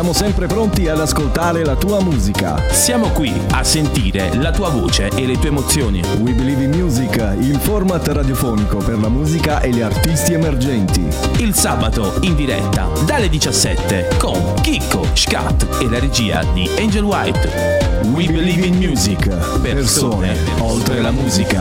Siamo sempre pronti ad ascoltare la tua musica. Siamo qui a sentire la tua voce e le tue emozioni. We Believe in Music, il format radiofonico per la musica e gli artisti emergenti. Il sabato in diretta dalle 17 con Chicco, Scat e la regia di Angel White. We Believe in Music, persone oltre la musica.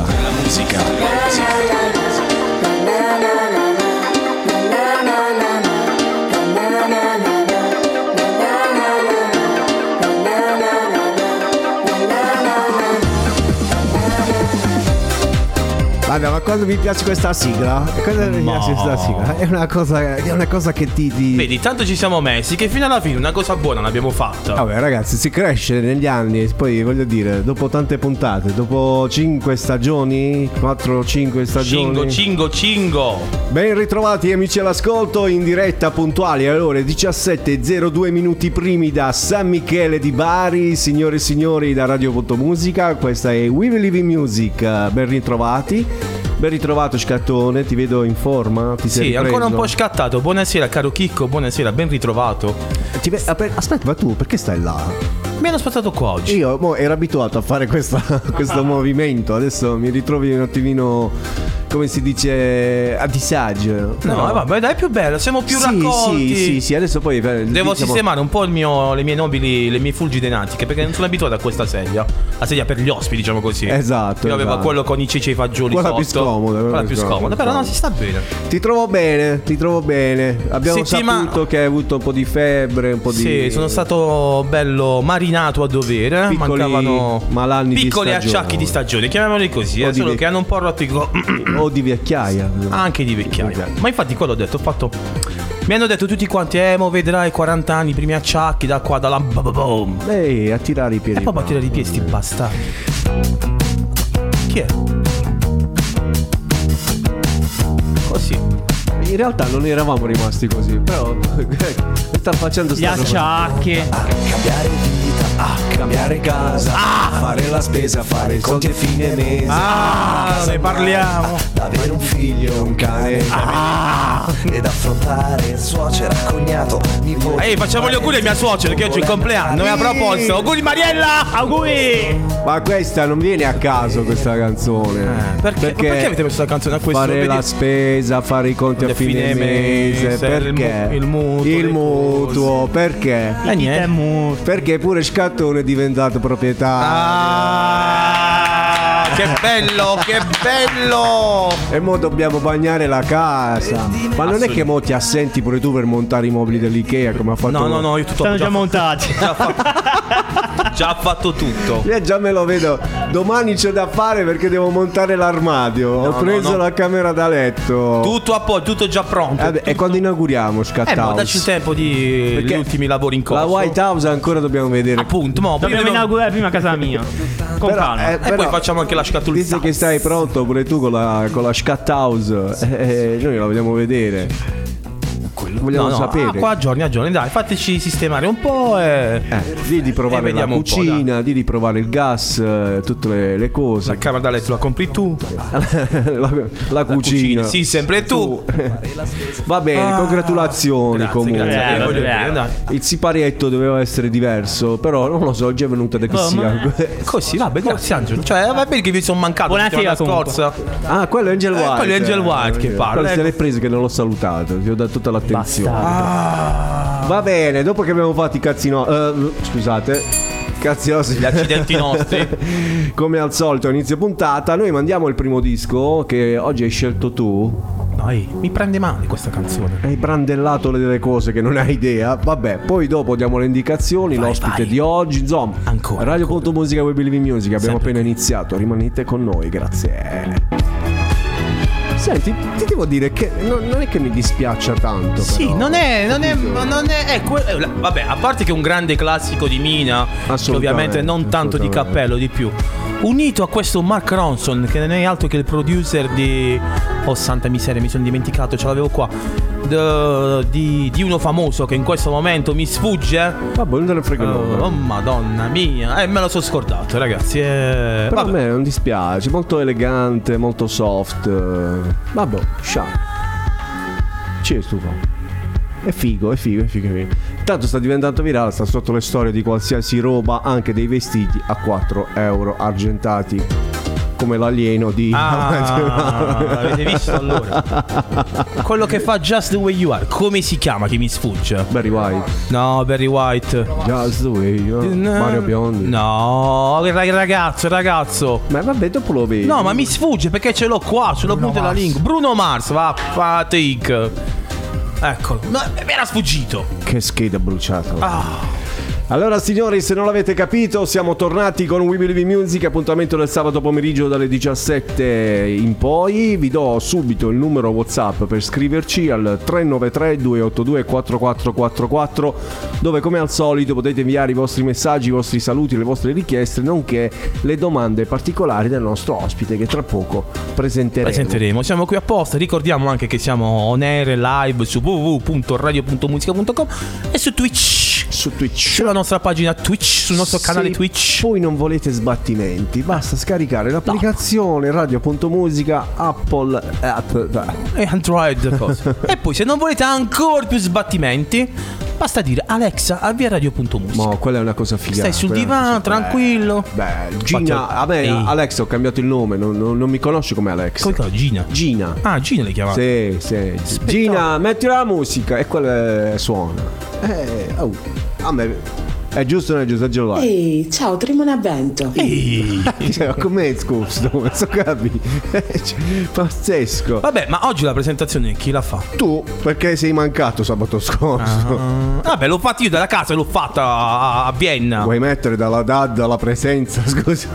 Guarda, ma quando mi piace questa sigla, è una cosa che ti... Vedi, tanto ci siamo messi che fino alla fine una cosa buona l'abbiamo fatta. Vabbè ragazzi, si cresce negli anni. Poi voglio dire, dopo tante puntate, dopo 5 stagioni, 4-5 stagioni, Cingo. Ben ritrovati amici all'ascolto, in diretta puntuali alle ore 17:02 minuti primi da San Michele di Bari. Signore e signori da Radio.Musica, questa è We Believe in Music. Ben ritrovati. Ben ritrovato Scattone, ti vedo in forma? Ti sei ripreso? Ancora un po' scattato. Buonasera caro Chicco, buonasera, ben ritrovato. Aspetta, ma tu perché stai là? Mi hanno spostato qua oggi. Io ero abituato a fare questo movimento, adesso mi ritrovi un attimino, come si dice, a disagio. No, vabbè, dai, è più bello, siamo più raccolti. Sì, adesso poi devo sistemare un po' le mie fulgide natiche, perché non sono abituato a questa sedia. La sedia per gli ospiti, diciamo così. Esatto. Io avevo quello con i ceci e i fagioli quella sotto. Quella più scomoda, però no, si sta bene. Ti trovo bene. Abbiamo saputo che hai avuto un po' di febbre, un po' di... Sì, sono stato bello marinato a dovere. Mancavano malanni piccoli di stagione. acciacchi di stagione, chiamiamoli così, solo che hanno un po' rotto o di vecchiaia. Anche di vecchiaia. Ma infatti quello ho detto, mi hanno detto tutti quanti, mo vedrai 40 anni, i primi acciacchi da qua, da là, boom. Ehi, a tirare i piedi. E poi a tirare i piedi, sti bastardi. Chi è? Così. In realtà non eravamo rimasti così, però sta facendo gli acciacchi. Cambiare vita, cambiare casa, fare la spesa, fare i conti a fine mese. Ne parliamo. Avere un figlio, un cane, ed affrontare suocera, cognato, nipote. Ehi, facciamo gli auguri a mia suocera che oggi è il compleanno. E a proposito, auguri Mariella! Auguri! Ma questa non viene a caso questa canzone. Perché avete messo la canzone a questo? Fare la spesa, fare i conti a fine mese. Perché? Il mutuo. Perché? Niente. Perché pure Scattone è diventato proprietario. Che bello! E mo dobbiamo bagnare la casa. Ma non è che mo ti assenti pure tu per montare i mobili dell'Ikea come ha fatto? No, io tutto stanno già montati. Già fatto tutto. Io già me lo vedo. Domani c'è da fare perché devo montare l'armadio. Ho preso la camera da letto. Tutto a posto, tutto già pronto. E quando inauguriamo ma dacci il tempo di gli ultimi lavori in corso. La White House ancora dobbiamo vedere. Appunto, dobbiamo inaugurare prima casa mia. Con calma. E poi facciamo anche la scatolizzazione. Visto che stai pronto pure tu con la Scat House, noi la vogliamo vedere. Vogliamo sapere. Qua a giorni, dai, fateci sistemare un po' e di provare la cucina, di provare il gas, tutte le cose. La camera da letto la compri tu. la cucina. Sì, sempre tu. Va bene, congratulazioni. Grazie, comunque. Grazie. Il siparietto doveva essere diverso, però non lo so, oggi è venuta da così, vabbè, grazie Angelo. Cioè, va bene che vi sono mancato Buonasera, la scorsa. Quello è Angel White. Quello è Angel White che parla. Se l'hai preso che non l'ho salutato, ti ho dato tutta l'attenzione. Va bene, dopo che abbiamo fatto i scusate, cazziosi, gli accidenti nostri. Come al solito a inizio puntata noi mandiamo il primo disco che oggi hai scelto tu. Dai, mi prende male questa canzone. Hai brandellato delle cose che non hai idea. Vabbè, poi dopo diamo le indicazioni. L'ospite di oggi, insomma, ancora Radio.Musica, We Believe in Music. Abbiamo appena iniziato, rimanete con noi, grazie. Senti, ti devo dire che non è che mi dispiaccia tanto. Sì, però. non è vabbè, a parte che è un grande classico di Mina, che ovviamente non tanto di cappello, di più. Unito a questo Mark Ronson, che non è altro che il producer di... Oh santa miseria, mi sono dimenticato, ce l'avevo qua. Di uno famoso che in questo momento mi sfugge. Vabbè, non te ne frega nulla. Oh madonna mia, me lo sono scordato, ragazzi. Però a me non dispiace, molto elegante, molto soft. Vabbè, scià. Ci è stufo. È figo. Tanto sta diventando virale, sta sotto le storie di qualsiasi roba, anche dei vestiti a 4 euro argentati, come l'alieno di... Avete visto allora? Quello che fa Just the Way You Are, come si chiama, che mi sfugge? Barry White. No, Barry White. Just the Way You Are. Mario Biondi. No, ragazzo. Ma vabbè, dopo lo vedi. No, ma mi sfugge perché ce l'ho qua, sulla punta della lingua. Bruno Mars, va, fatic. Eccolo, no, mi era sfuggito. Che scheda bruciata. Allora signori, se non l'avete capito, siamo tornati con We Believe in Music, appuntamento del sabato pomeriggio dalle 17 in poi. Vi do subito il numero WhatsApp per scriverci al 393 282 4444, dove come al solito potete inviare i vostri messaggi, i vostri saluti, le vostre richieste, nonché le domande particolari del nostro ospite che tra poco presenteremo. Siamo qui apposta, ricordiamo anche che siamo on air live su www.radio.musica.com e su Twitch. Sulla nostra pagina Twitch, sul nostro canale Twitch. Poi non volete sbattimenti, basta scaricare l'applicazione Radio.musica, Apple e Android. E poi se non volete ancora più sbattimenti, basta dire Alexa, avvia Radio.musica. Ma quella è una cosa figa. Stai sul divano, tranquillo. Gina, Alexa, ho cambiato il nome, non mi conosci come Alexa. Come Gina? Gina. Ah, Gina l'hai chiamata? Sì. Gina, metti la musica e quella suona. A me è giusto o non è giusto? Ehi, ciao, Trimonavento. Com'è scusa? Non so capire. Pazzesco. Vabbè, ma oggi la presentazione chi la fa? Tu, perché sei mancato sabato scorso. Vabbè, l'ho fatto io dalla casa, l'ho fatta a Vienna. Vuoi mettere dalla DAD alla presenza? Scusa.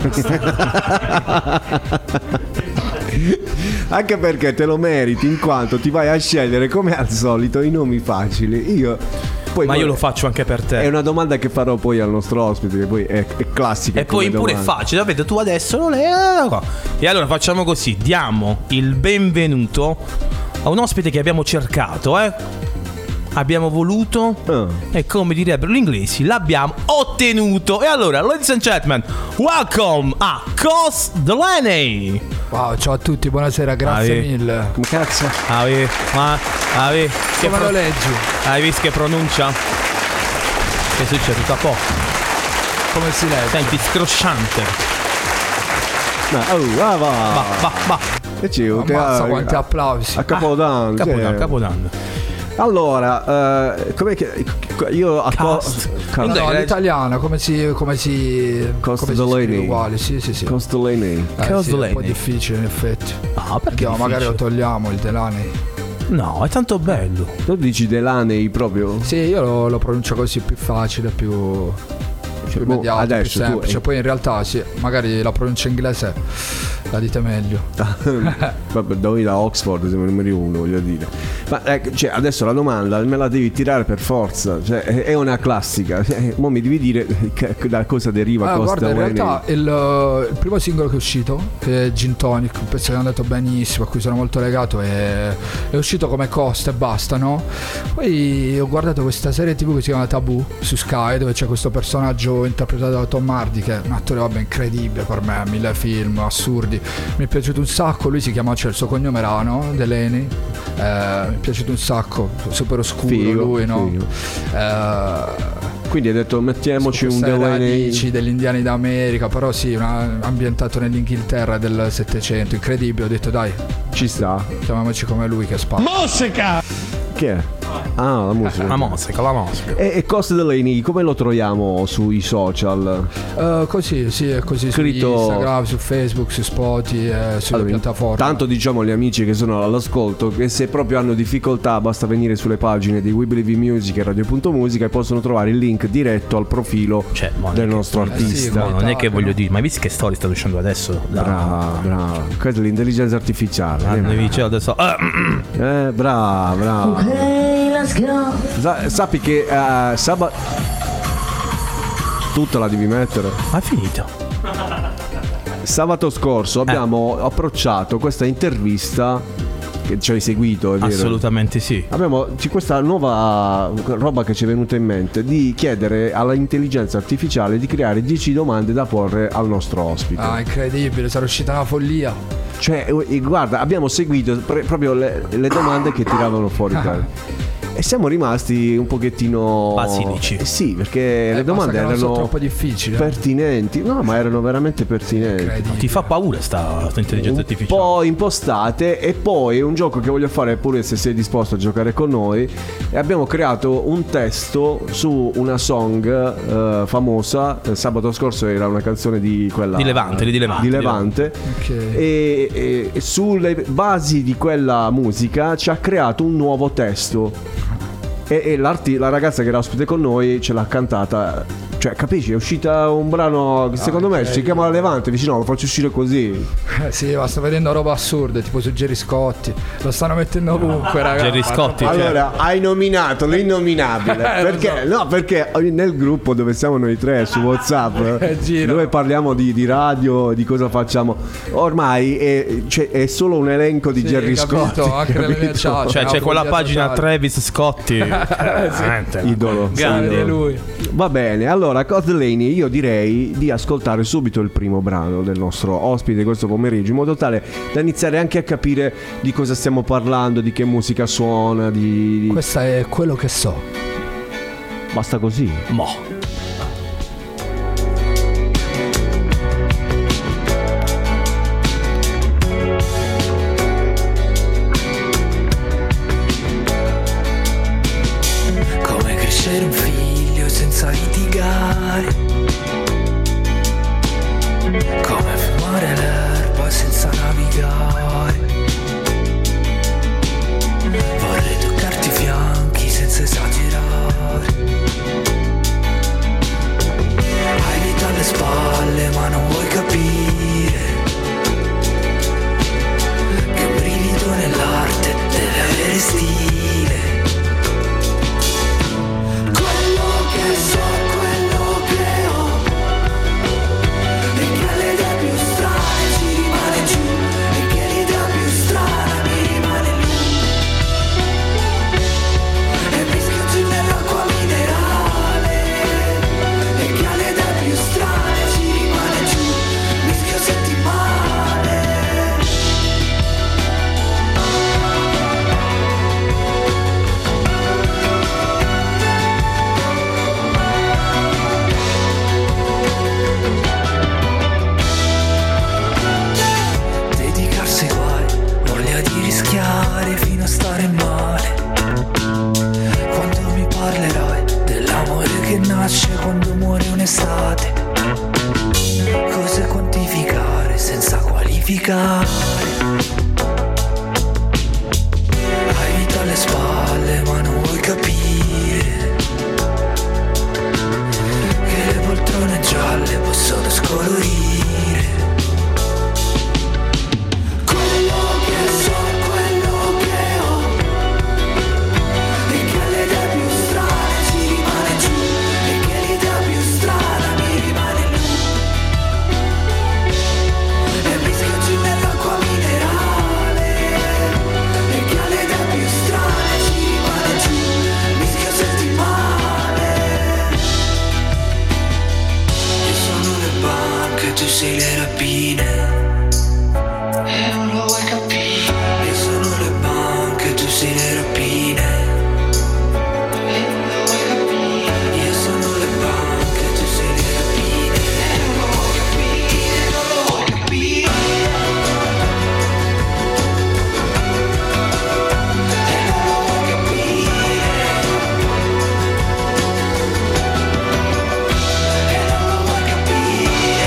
Anche perché te lo meriti, in quanto ti vai a scegliere come al solito i nomi facili. Io lo faccio anche per te. È una domanda che farò poi al nostro ospite, che poi è classica. E poi pure è facile, vedete, tu adesso non è. E allora facciamo così: diamo il benvenuto a un ospite che abbiamo cercato, abbiamo voluto e come direbbero gli inglesi l'abbiamo ottenuto. E allora, ladies and gentlemen, welcome a Cos Delaney. Wow, ciao a tutti, buonasera, grazie mille. Come cazzo? Come lo leggi? Hai visto che pronuncia? Che succede? Tutto a poco. Come si legge? Senti, scrosciante. Va. E ammazza quanti applausi. A Capodanno. Capodanno. Allora, com'è che io l'italiana come si Delaney. uguale, sì. Cos Delaney. Sì, è un po' difficile in effetti. Perché magari lo togliamo il Delaney. No, è tanto bello. Tu dici Delaney proprio? Sì, io lo pronuncio così, più facile, più immediato, adesso più semplice. Poi in realtà sì, magari la pronuncia inglese la dite meglio. Vabbè, noi da Oxford siamo numeri 1, voglio dire. Ma adesso la domanda me la devi tirare per forza. È una classica. Mo mi devi dire da cosa deriva Cos Guarda, Delaney. in realtà il primo singolo che è uscito, che è Gin Tonic, un pezzo che è andato benissimo, a cui sono molto legato, è uscito come Costa e basta, no? Poi ho guardato questa serie TV che si chiama Tabù su Sky, dove c'è questo personaggio interpretato da Tom Hardy, che è un attore incredibile per me, 1000 film assurdi. Mi è piaciuto un sacco, lui si chiama, il suo cognome era Delaney. Mi è piaciuto un sacco, super oscuro, figo, lui, no? Quindi hai detto mettiamoci un Delaney. Radici degli indiani d'America, però sì, ambientato nell'Inghilterra del Settecento, incredibile. Ho detto dai, ci sta, chiamiamoci come lui che spara. Musica! Che è? La musica. La musica. E Cos Delaney come lo troviamo sui social? Così, sì, è così. Scritto su Instagram, su Facebook, su Spotify, sulle piattaforme. Tanto diciamo agli amici che sono all'ascolto che se proprio hanno difficoltà basta venire sulle pagine di We Believe in Music e Radio.musica e possono trovare il link diretto al profilo del nostro artista. Non è che voglio dire, ma hai visto che storia sta uscendo adesso? Brava. Questa è l'intelligenza artificiale. Adesso. Brava. Sappi che sabato tutta la devi mettere. Ha finito. Sabato scorso abbiamo approcciato questa intervista che ci hai seguito, è vero? Assolutamente sì. Abbiamo questa nuova roba che ci è venuta in mente di chiedere all'intelligenza artificiale di creare 10 domande da porre al nostro ospite. Incredibile, sarà uscita una follia. Guarda, abbiamo seguito proprio le domande che tiravano fuori. E siamo rimasti un pochettino basilici. Sì, perché le domande erano troppo difficili. Pertinenti. No, ma erano veramente pertinenti. Ti fa paura sta intelligenza artificiale. Un po' impostate. E poi un gioco che voglio fare pure, se sei disposto a giocare con noi, e abbiamo creato un testo su una song famosa. Sabato scorso era una canzone di quella di Levante. Okay. E sulle basi di quella musica ci ha creato un nuovo testo. E la ragazza che era ospite con noi ce l'ha cantata. Cioè, capisci? È uscita un brano che secondo me si chiama Levante. Dici no, lo faccio uscire così. Sì, ma sto vedendo roba assurda, tipo su Gerry Scotti. Lo stanno mettendo ovunque, ragazzi. Gerry Scotti. Allora, hai nominato l'innominabile. Perché? No, perché nel gruppo dove siamo noi tre su WhatsApp, dove parliamo di radio, di cosa facciamo, ormai è solo un elenco di Gerry Scotti. Anche nelle mie chat. Cioè, c'è quella pagina Travis Scotti. Idolo. Grande lui. Va bene, allora Codlani, io direi di ascoltare subito il primo brano del nostro ospite questo pomeriggio, in modo tale da iniziare anche a capire di cosa stiamo parlando, di che musica suona, Questa è Quello che so. Basta così. Come crescere un figlio senza litigare, come fumare l'erba senza navigare. Vorrei toccarti i fianchi senza esagerare. Hai vita alle spalle ma non vuoi capire che un brivido nell'arte deve avere stile. Fino a stare male, quando mi parlerai dell'amore che nasce quando muore un'estate, cose quantificare senza qualificare. Hai vita alle spalle ma non vuoi capire che le poltrone gialle possono scolorire. Tu sei le rapine e non lo vuoi capire. Io sono le banche, tu sei le rapine e non lo vuoi capire. Io sono le banche, tu sei le rapine e non lo vuoi capire, non lo vuoi capire. E non lo vuoi capire. E non lo vuoi capire.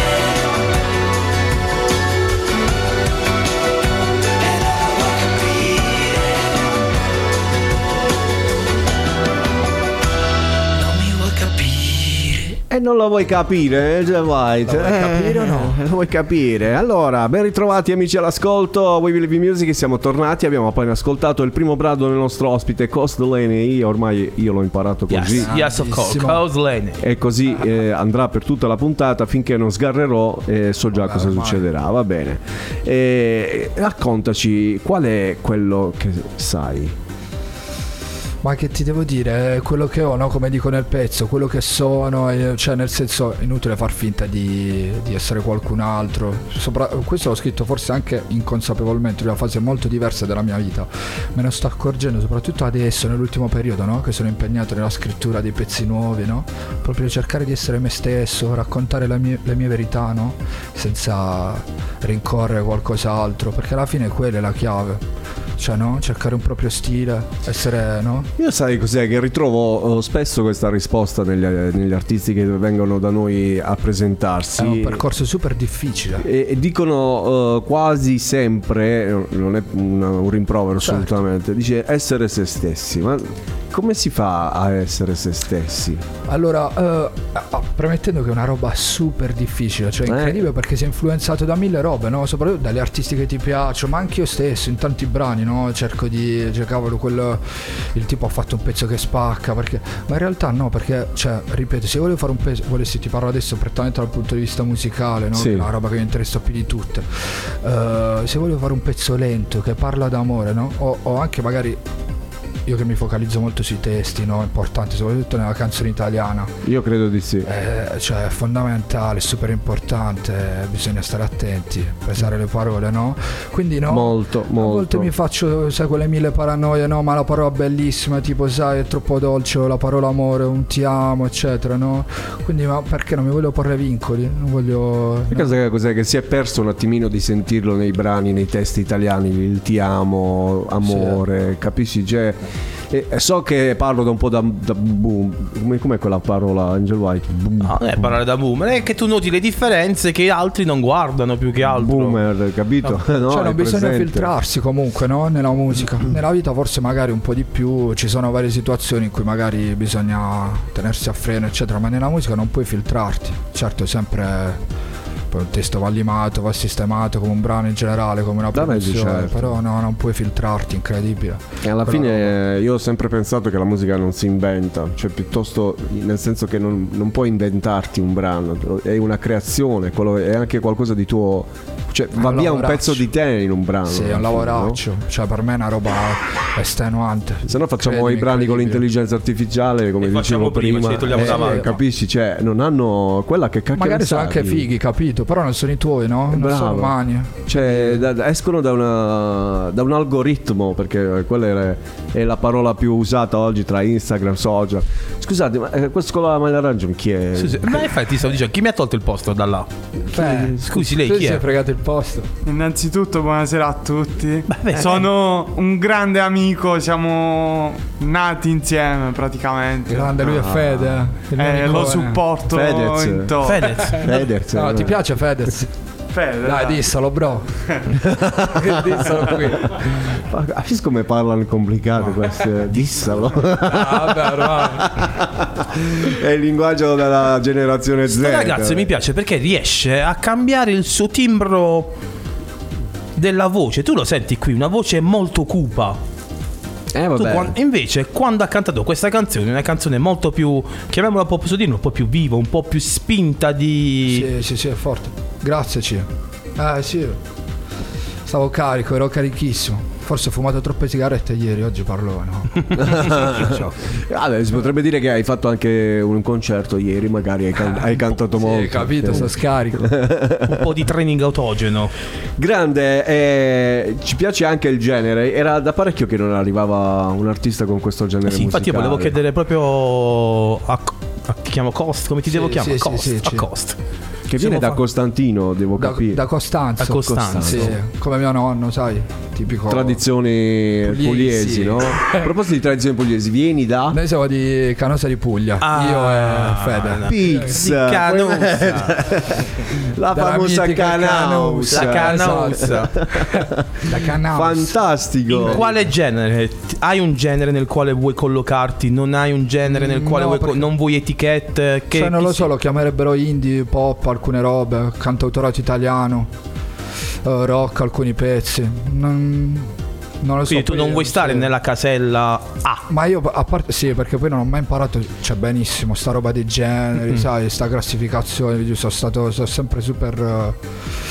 E non lo vuoi capire, White? Lo vuoi capire o no? Lo vuoi capire? Allora, ben ritrovati amici all'ascolto. We Will Live in Music, siamo tornati. Abbiamo appena ascoltato il primo brano del nostro ospite Codlani. Ormai io l'ho imparato così. Yes, of course. Codlani. E così andrà per tutta la puntata finché non sgarrerò. So già cosa succederà. Va bene. Raccontaci qual è quello che sai. Ma che ti devo dire, è quello che ho, no? Come dico nel pezzo, quello che sono, cioè nel senso è inutile far finta di essere qualcun altro. Questo l'ho scritto forse anche inconsapevolmente, in una fase molto diversa della mia vita. Me ne sto accorgendo soprattutto adesso, nell'ultimo periodo, no? Che sono impegnato nella scrittura dei pezzi nuovi, no? Proprio cercare di essere me stesso, raccontare le mie verità, no? Senza rincorrere qualcos'altro, perché alla fine quella è la chiave. Cioè, no? Cercare un proprio stile, essere, no? Io sai cos'è? Che ritrovo spesso questa risposta negli artisti che vengono da noi a presentarsi. È un percorso super difficile. E dicono quasi sempre, non è un rimprovero assolutamente, dice essere se stessi. Ma come si fa a essere se stessi? Allora, premettendo che è una roba super difficile, cioè incredibile, perché sei influenzato da mille robe, no? Soprattutto dalle artisti che ti piacciono, ma anche io stesso in tanti brani, no? Cerco di, cioè, cavolo, il tipo ha fatto un pezzo che spacca, perché, ma in realtà no, perché, cioè, ripeto, se volevo fare un pezzo, volessi, ti parlo adesso prettamente dal punto di vista musicale, no? Sì. Che è una roba che mi interessa più di tutte. Se volevo fare un pezzo lento che parla d'amore, no? O anche magari, io che mi focalizzo molto sui testi, no? Importanti, soprattutto nella canzone italiana. Io credo di sì. Cioè è fondamentale, super importante, bisogna stare attenti, pesare le parole, no? Quindi no, molto. A volte mi faccio, sai, quelle mille paranoie, no? Ma la parola bellissima, tipo, sai, è troppo dolce, o la parola amore, un ti amo, eccetera, no? Quindi, ma perché non mi voglio porre vincoli? Non voglio... No. Cos'è che si è perso un attimino di sentirlo nei brani, nei testi italiani, il ti amo, amore, sì. Capisci? Cioè, so che parlo da un po' da boom. Com'è quella parola, Angel White? Boom. No, non è parlare da boomer, è che tu noti le differenze che altri non guardano più che altro. Boomer, capito? No, cioè non bisogna filtrarsi comunque, no? Nella musica. Nella vita forse magari un po' di più, ci sono varie situazioni in cui magari bisogna tenersi a freno, eccetera, ma nella musica non puoi filtrarti. Certo, sempre... un testo va limato, va sistemato come un brano in generale, come una produzione, certo. Però no, non puoi filtrarti, incredibile. E alla fine io ho sempre pensato che la musica non si inventa, cioè piuttosto nel senso che non puoi inventarti un brano, è una creazione, è anche qualcosa di tuo, cioè va via un pezzo di te in un brano. Sì, è un lavoraccio, no? Cioè per me è una roba estenuante. Se no facciamo i brani con l'intelligenza artificiale, come dicevo prima, capisci? Cioè non hanno quella che cacchio magari sono anche fighi, capito? Però non sono i tuoi, no? Non sono umani. Cioè escono da un algoritmo, perché quella è la parola più usata oggi tra Instagram, social. Scusate, ma questo con la maglia arancione chi è? Sì. Ma infatti ti stavo dicendo, chi mi ha tolto il posto da là? Scusi, lei chi è? Si è fregato il posto. Innanzitutto buonasera a tutti. Sono un grande amico, siamo nati insieme praticamente. Grande, lui è Fede. Lo supporto Fedez. No, ti piace Fedez? Dai, dissalo, bro. Dissalo qui. Capisci come parlano complicate queste? Dissalo. È il linguaggio della generazione Z. Ragazzi, mi piace perché riesce a cambiare il suo timbro della voce. Tu lo senti qui, una voce molto cupa. Invece quando ha cantato questa canzone, una canzone molto più, chiamiamola un po' un po' più viva, un po' più spinta di... Sì, è forte. Grazie, Cio. Sì. Stavo carico, ero carichissimo. Forse ho fumato troppe sigarette ieri, oggi parlo, no? Vabbè, si potrebbe dire che hai fatto anche un concerto ieri, magari hai cantato molto. Sì, capito, sto scarico. Un po' di training autogeno. Grande, ci piace anche il genere. Era da parecchio che non arrivava un artista con questo genere musicale. Infatti io volevo chiedere proprio chiamo Cost, come ti devo chiamare? Cost. Che viene da Costantino, devo capire. Da Costanzo. Sì, come mio nonno, sai, tipico. Tradizioni pugliesi, no? A proposito di tradizioni pugliesi, vieni da? Noi siamo di Canosa di Puglia. Io e Fede. Pizza. Canosa. La famosa Canausa. La Canausa. La Canausa. Fantastico. In quale genere? Hai un genere nel quale vuoi collocarti? Non hai un genere nel quale non vuoi etichette? Cioè non lo so, lo chiamerebbero indie, pop, alcune robe, cantautorato italiano, rock, alcuni pezzi. Non lo so. Quindi tu non vuoi stare nella casella A. Ma io, a parte, sì, perché poi non ho mai imparato, cioè, benissimo sta roba dei generi, sai, sta classificazione. Sono sempre super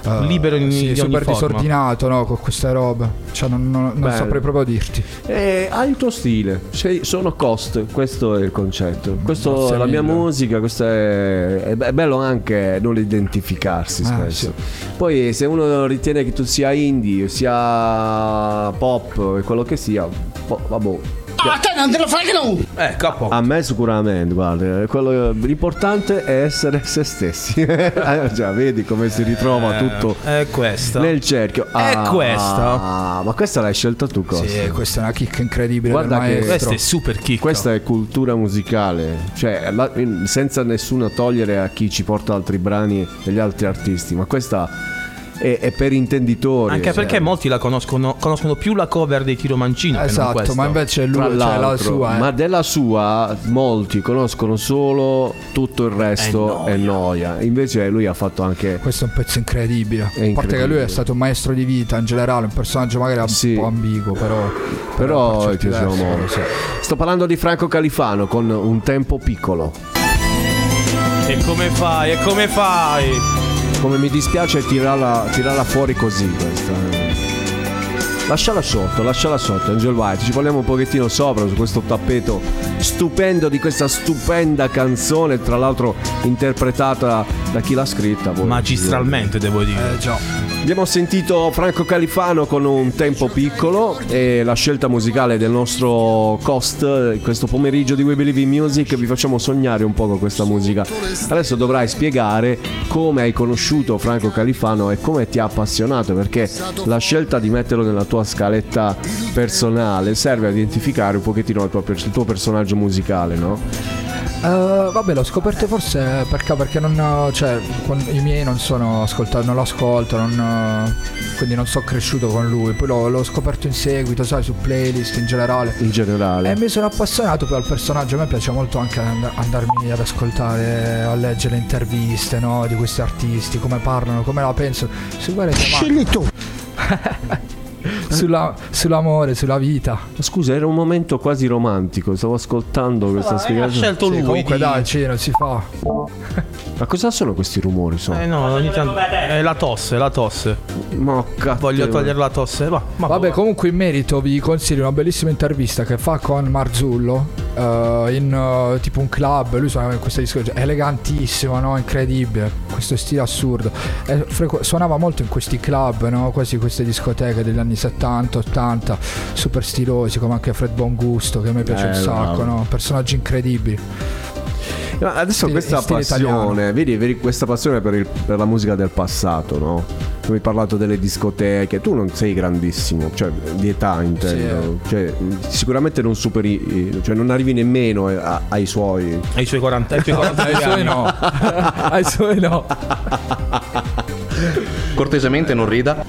libero in ogni super forma. disordinato, no, con queste robe. Cioè non saprei proprio dirti. Hai il tuo stile, sono Cost, questo è il concetto. Questo è la mia musica, questo è bello anche non identificarsi spesso. Sì. Poi se uno ritiene che tu sia indie, sia pop e quello che sia, vabbè. A te non te lo fai che non. Capo. A me sicuramente, guarda, l'importante è essere se stessi. Già, vedi come si ritrova tutto è questa. Nel cerchio. È questa. Ma questa l'hai scelta tu, Costa? Sì, questa è una chicca incredibile. Guarda che questa è super chicca. Questa è cultura musicale, cioè senza nessuno togliere a chi ci porta altri brani degli altri artisti, ma questa è per intenditori. Anche perché molti la conoscono più la cover dei Tiro Mancini. Esatto, ma invece lui, tra la sua. Ma della sua molti conoscono solo, tutto il resto è noia. Invece lui ha fatto anche. Questo è un pezzo incredibile. A parte che lui è stato un maestro di vita in generale, un personaggio magari un po' ambiguo, però ti siamo sì. Sto parlando di Franco Califano con Un tempo piccolo. E come fai? Come mi dispiace tirarla fuori così questa. Lasciala sotto Angel White. Ci parliamo un pochettino sopra su questo tappeto stupendo di questa stupenda canzone, tra l'altro interpretata da chi l'ha scritta magistralmente, devo dire. Già. Abbiamo sentito Franco Califano con Un tempo piccolo, e la scelta musicale del nostro Cost questo pomeriggio di We Believe in Music. Vi facciamo sognare un po' con questa musica. Adesso dovrai spiegare come hai conosciuto Franco Califano e come ti ha appassionato, perché la scelta di metterlo nella tua scaletta personale serve a identificare un pochettino il tuo personaggio musicale, no? Vabbè, l'ho scoperto forse perché non, cioè, con i miei non sono ascoltato, non lo ascolto, quindi non sono cresciuto con lui. Poi l'ho scoperto in seguito, sai, su playlist in generale. E mi sono appassionato poi al personaggio. A me piace molto anche andarmi ad ascoltare, a leggere le interviste, no, di questi artisti, come parlano, come la pensano. Scegli tu. Sull'amore, sulla vita. Scusa, era un momento quasi romantico. Stavo ascoltando questa spiegazione. Ha scelto lui. Comunque dai, non si fa. Ma cosa sono questi rumori? No, ogni tanto è la tosse. Voglio togliere la tosse. Vabbè, comunque in merito vi consiglio una bellissima intervista che fa con Marzullo in tipo un club. Lui suonava in questa discoteca elegantissimo, no? Incredibile, questo stile assurdo. Suonava molto in questi club, no? Quasi queste discoteche degli anni 70, 80, super stilosi, come anche Fred Bongusto, che a me piace un sacco, no? Personaggi incredibili. Adesso questa passione, vedi questa passione per la musica del passato, no? Tu mi hai parlato delle discoteche, tu non sei grandissimo, cioè di età intendo, sì. Cioè, sicuramente non superi, cioè non arrivi nemmeno ai suoi 40 ai suoi no. Ai suoi no. Cortesemente non rida.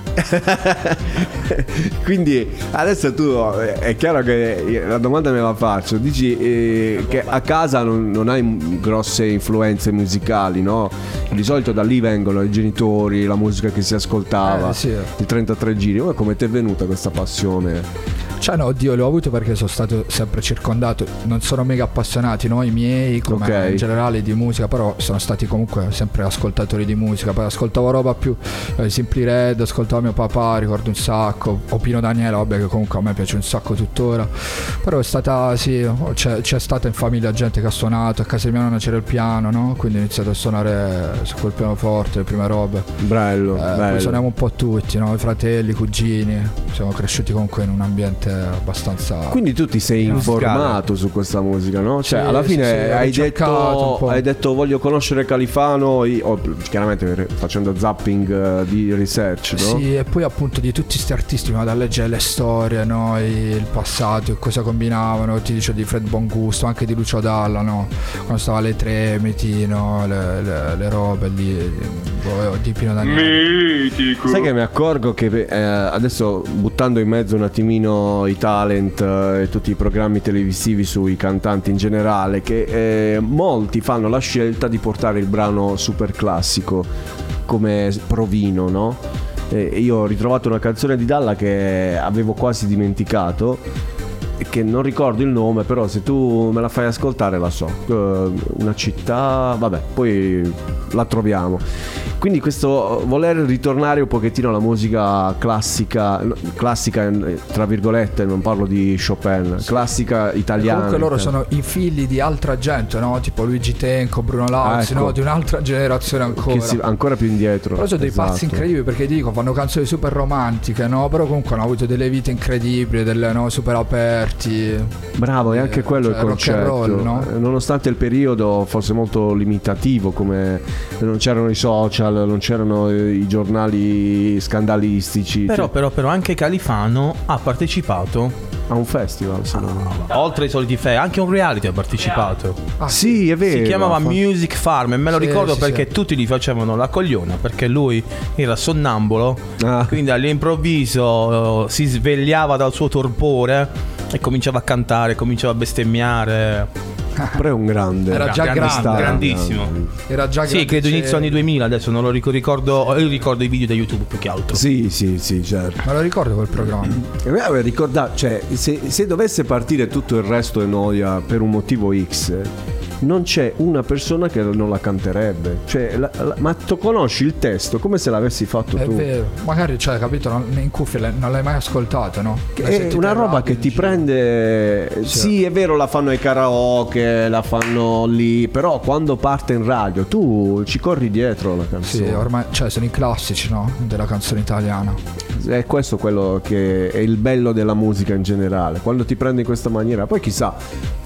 Quindi adesso tu, è chiaro che la domanda me la faccio. Dici che a casa non hai grosse influenze musicali, no? Di solito da lì vengono i genitori, la musica che si ascoltava, sì. i 33 giri. Ma come ti è venuta questa passione? Cioè no, oddio, l'ho avuto perché sono stato sempre circondato. Non sono mega appassionati, no? I miei, come in generale, di musica. Però sono stati comunque sempre ascoltatori di musica. Poi ascoltavo roba più Simply Red, ascoltavo mio papà, ricordo un sacco. O Pino Daniele, vabbè, che comunque a me piace un sacco tuttora. Però è stata, sì, c'è stata in famiglia gente che ha suonato. A casa mia nonna c'era il piano, no? Quindi ho iniziato a suonare su quel pianoforte, le prime robe. Bello. Poi suoniamo un po' tutti, no? I fratelli, i cugini. Siamo cresciuti comunque in un ambiente abbastanza. Quindi tu ti sei informato su questa musica, no? Cioè sì, alla fine sì, hai detto voglio conoscere Califano, chiaramente facendo zapping di research, no? Sì, e poi appunto di tutti questi artisti mi vado a leggere le storie, no? Il passato, cosa combinavano. Ti dicevo di Fred Bongusto, anche di Lucio Dalla, no? Quando stava alle Tremiti, no? Le robe lì di Pino Daniele. Mitico. Sai che mi accorgo che adesso, buttando in mezzo un attimino i talent e tutti i programmi televisivi sui cantanti in generale, che molti fanno la scelta di portare il brano super classico come provino, no? Io ho ritrovato una canzone di Dalla che avevo quasi dimenticato, che non ricordo il nome, però se tu me la fai ascoltare la so. Una città, vabbè, poi la troviamo. Quindi questo voler ritornare un pochettino alla musica classica tra virgolette, non parlo di Chopin, classica italiana. Comunque loro sono i figli di altra gente, no? Tipo Luigi Tenco, Bruno Lauzi, ecco. No? Di un'altra generazione ancora. Ancora più indietro. Però sono dei pazzi incredibili, perché dico, fanno canzoni super romantiche, no? Però comunque hanno avuto delle vite incredibili, no? Super aperti. Bravo, e anche quello è il concetto. Roll, no? Nonostante il periodo fosse molto limitativo, come non c'erano i social, non c'erano i giornali scandalistici. Però anche Califano ha partecipato a un festival, se no. Oltre ai soliti anche a un reality ha partecipato. Sì, è vero. Si chiamava Music Farm e me lo ricordo perché sì. tutti gli facevano la cogliona, perché lui era sonnambulo, quindi all'improvviso si svegliava dal suo torpore e cominciava a cantare, cominciava a bestemmiare. Però è un grande. Era già grandissimo. Era già sì, credo inizio anni 2000, adesso non lo ricordo. Io ricordo i video da YouTube più che altro. Sì, certo. Me lo ricordo quel programma. Cioè, se dovesse partire tutto il resto e noia per un motivo X, non c'è una persona che non la canterebbe. Cioè, ma tu conosci il testo come se l'avessi fatto tu. È vero. Magari, cioè, capito, in cuffia non l'hai mai ascoltato, no? È una roba che ti prende. Sì, è vero, la fanno ai karaoke, la fanno lì, però quando parte in radio tu ci corri dietro la canzone. Sì, ormai, cioè, sono i classici, no? Della canzone italiana. È questo quello che è il bello della musica in generale, quando ti prende in questa maniera. Poi chissà,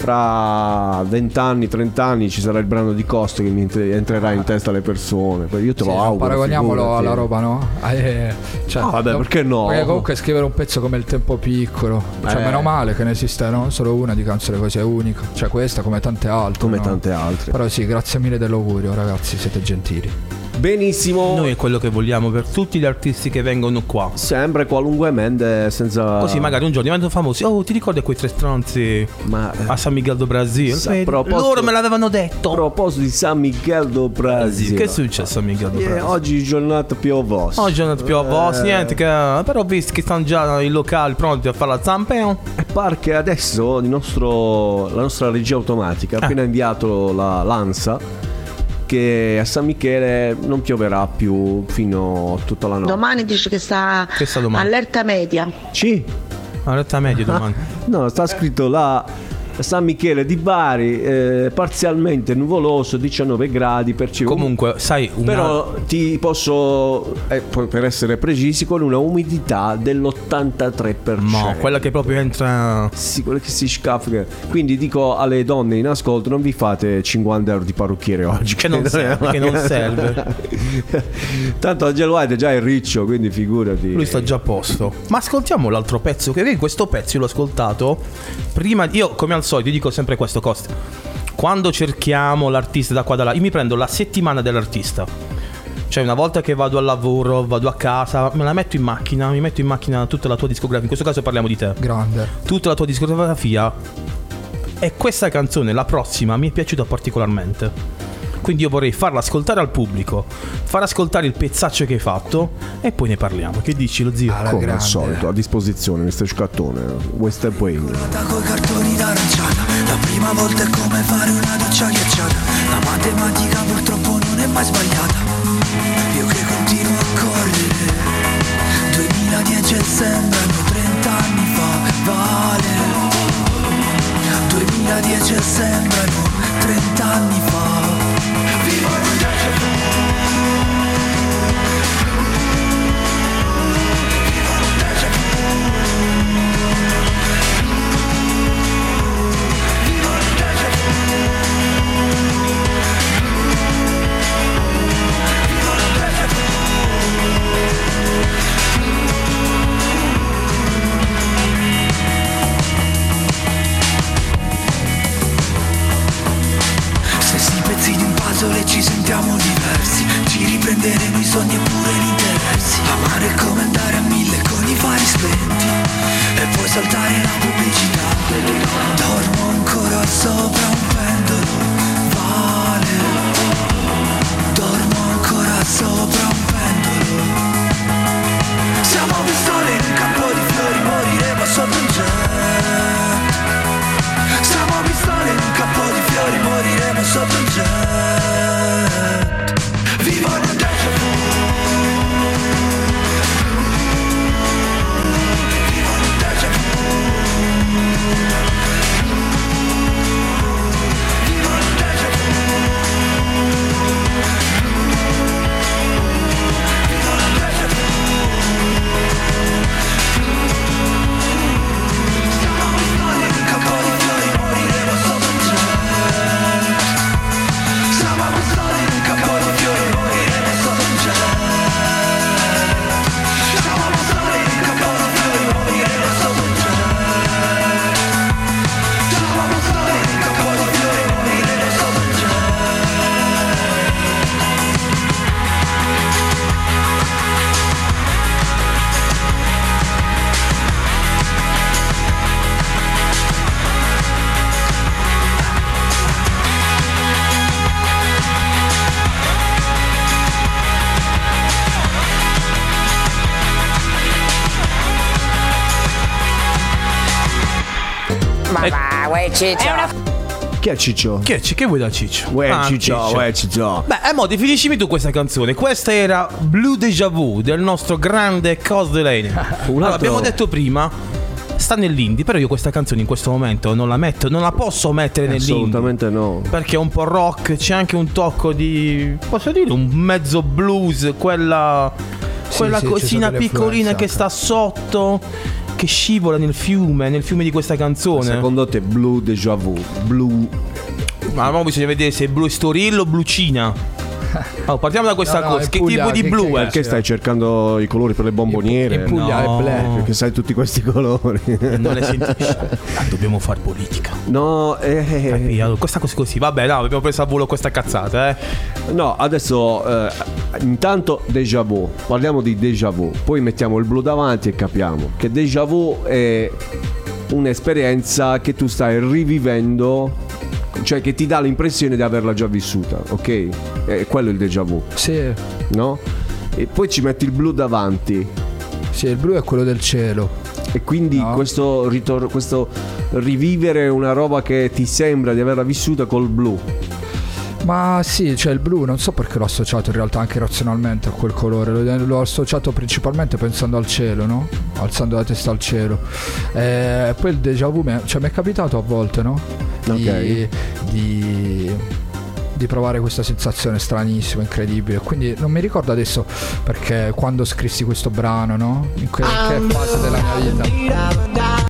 fra 20 anni, 30 anni ci sarà il brano di Costo che mi entrerà in testa alle persone. Io te lo auguro. Paragoniamolo alla roba, no? Cioè, vabbè, perché no? Perché comunque scrivere un pezzo come Il tempo piccolo, cioè meno male che ne esiste, no? Solo una di canzone così è unica. Cioè questa come tante altre. Come no? tante altre. Però sì, grazie mille dell'augurio, ragazzi, siete gentili. Benissimo. Noi è quello che vogliamo per tutti gli artisti che vengono qua. Sempre qualunquemente, senza. Così magari un giorno diventano famosi. Oh, ti ricordi quei tre stronzi a San Miguel do Brasil? Loro me l'avevano detto. A proposito di San Miguel do Brasil, che è successo a San Miguel do Brasil? Oggi giornata piovosa. Niente che. Però visto che stanno già i locali pronti a fare la zampa. E pare che adesso la nostra regia automatica ha appena inviato l'ANSA che a San Michele non pioverà più fino a tutta la notte. Domani dice che sta allerta media. Sì. Allerta media domani. No, sta scritto là San Michele di Bari, parzialmente nuvoloso, 19 gradi comunque sai però ti posso per essere precisi, con una umidità dell'83%. No, quella che proprio entra. Sì, quella che si scaffa. Quindi dico alle donne in ascolto, non vi fate 50 euro di parrucchiere oggi, che non serve. Tanto Angelo White è già il riccio, quindi figurati. Lui sta già a posto. Ma ascoltiamo l'altro pezzo, che questo pezzo io l'ho ascoltato prima. Io come al solito dico sempre questo, Costa: quando cerchiamo l'artista da qua da là, io mi prendo la settimana dell'artista. Cioè una volta che vado al lavoro, vado a casa, me la metto in macchina, mi metto in macchina tutta la tua discografia. In questo caso parliamo di te. Grande. Tutta la tua discografia. E questa canzone, la prossima, mi è piaciuta particolarmente. Quindi io vorrei farla ascoltare al pubblico, far ascoltare il pezzaccio che hai fatto e poi ne parliamo. Che dici, lo zio? Come al solito, a disposizione, Mr. Scattone, Western Wayne. Coi cartoni d'aranciata, la prima volta è come fare una doccia ghiacciata. La matematica purtroppo non è mai sbagliata. Io che continuo a correre, 2010 e sembrano 30 anni fa, vale. 2010 e sembrano 30 anni fa. Vivo un déjà vu. Vivo un déjà vu. Vivo un déjà vu. Vivo un déjà vu. Stessi pezzi di un puzzle e ci sentiamo diversi. Ci riprenderemo i sogni e pure gli interessi. Amare è come andare a 1000 con i fari spenti e poi saltare la pubblicità. Dormo ancora sopra un pendolo, vale. Dormo ancora sopra un pendolo. Siamo pistole in un campo di fiori, moriremo sotto un jet. Siamo pistole in un campo di fiori, moriremo sotto un jet. Vivo in un déjà vu. Ma va, uè Ciccio. Chi è Ciccio? Che vuoi da Ciccio? Ciccio. Beh, mo definiscimi tu questa canzone. Questa era Blue Deja Vu del nostro grande Cos Delaney. Allora, abbiamo detto prima, sta nell'indie, però io questa canzone in questo momento non la metto, non la posso mettere nell'indie. Assolutamente no. Perché è un po' rock, c'è anche un tocco di, posso dire, un mezzo blues, quella cosina piccolina che sta sotto, che scivola nel fiume di questa canzone. Secondo te Blue Deja Vu, Blue... Ma ora bisogna vedere se è Blue Storillo o Blucina. Partiamo da questa cosa. Che tipo di blu è? Perché stai cercando i colori per le bomboniere? In Puglia è black. Perché sai tutti questi colori. Non le sentisci. Dobbiamo fare politica. No, questa cosa così. Vabbè, no, abbiamo preso a volo questa cazzata, No, adesso intanto déjà vu. Parliamo di déjà vu. Poi mettiamo il blu davanti e capiamo che déjà vu è un'esperienza che tu stai rivivendo, cioè che ti dà l'impressione di averla già vissuta, ok? È quello il déjà vu. Sì. No? E poi ci metti il blu davanti. Sì, il blu è quello del cielo. E quindi questo rivivere una roba che ti sembra di averla vissuta col blu. Ma sì, cioè il blu non so perché l'ho associato in realtà anche razionalmente a quel colore. L'ho associato principalmente pensando al cielo, no? Alzando la testa al cielo. Poi il déjà vu mi è capitato a volte, no? Di provare questa sensazione stranissima, incredibile. Quindi non mi ricordo adesso perché quando scrissi questo brano, no? In che fase della mia vita.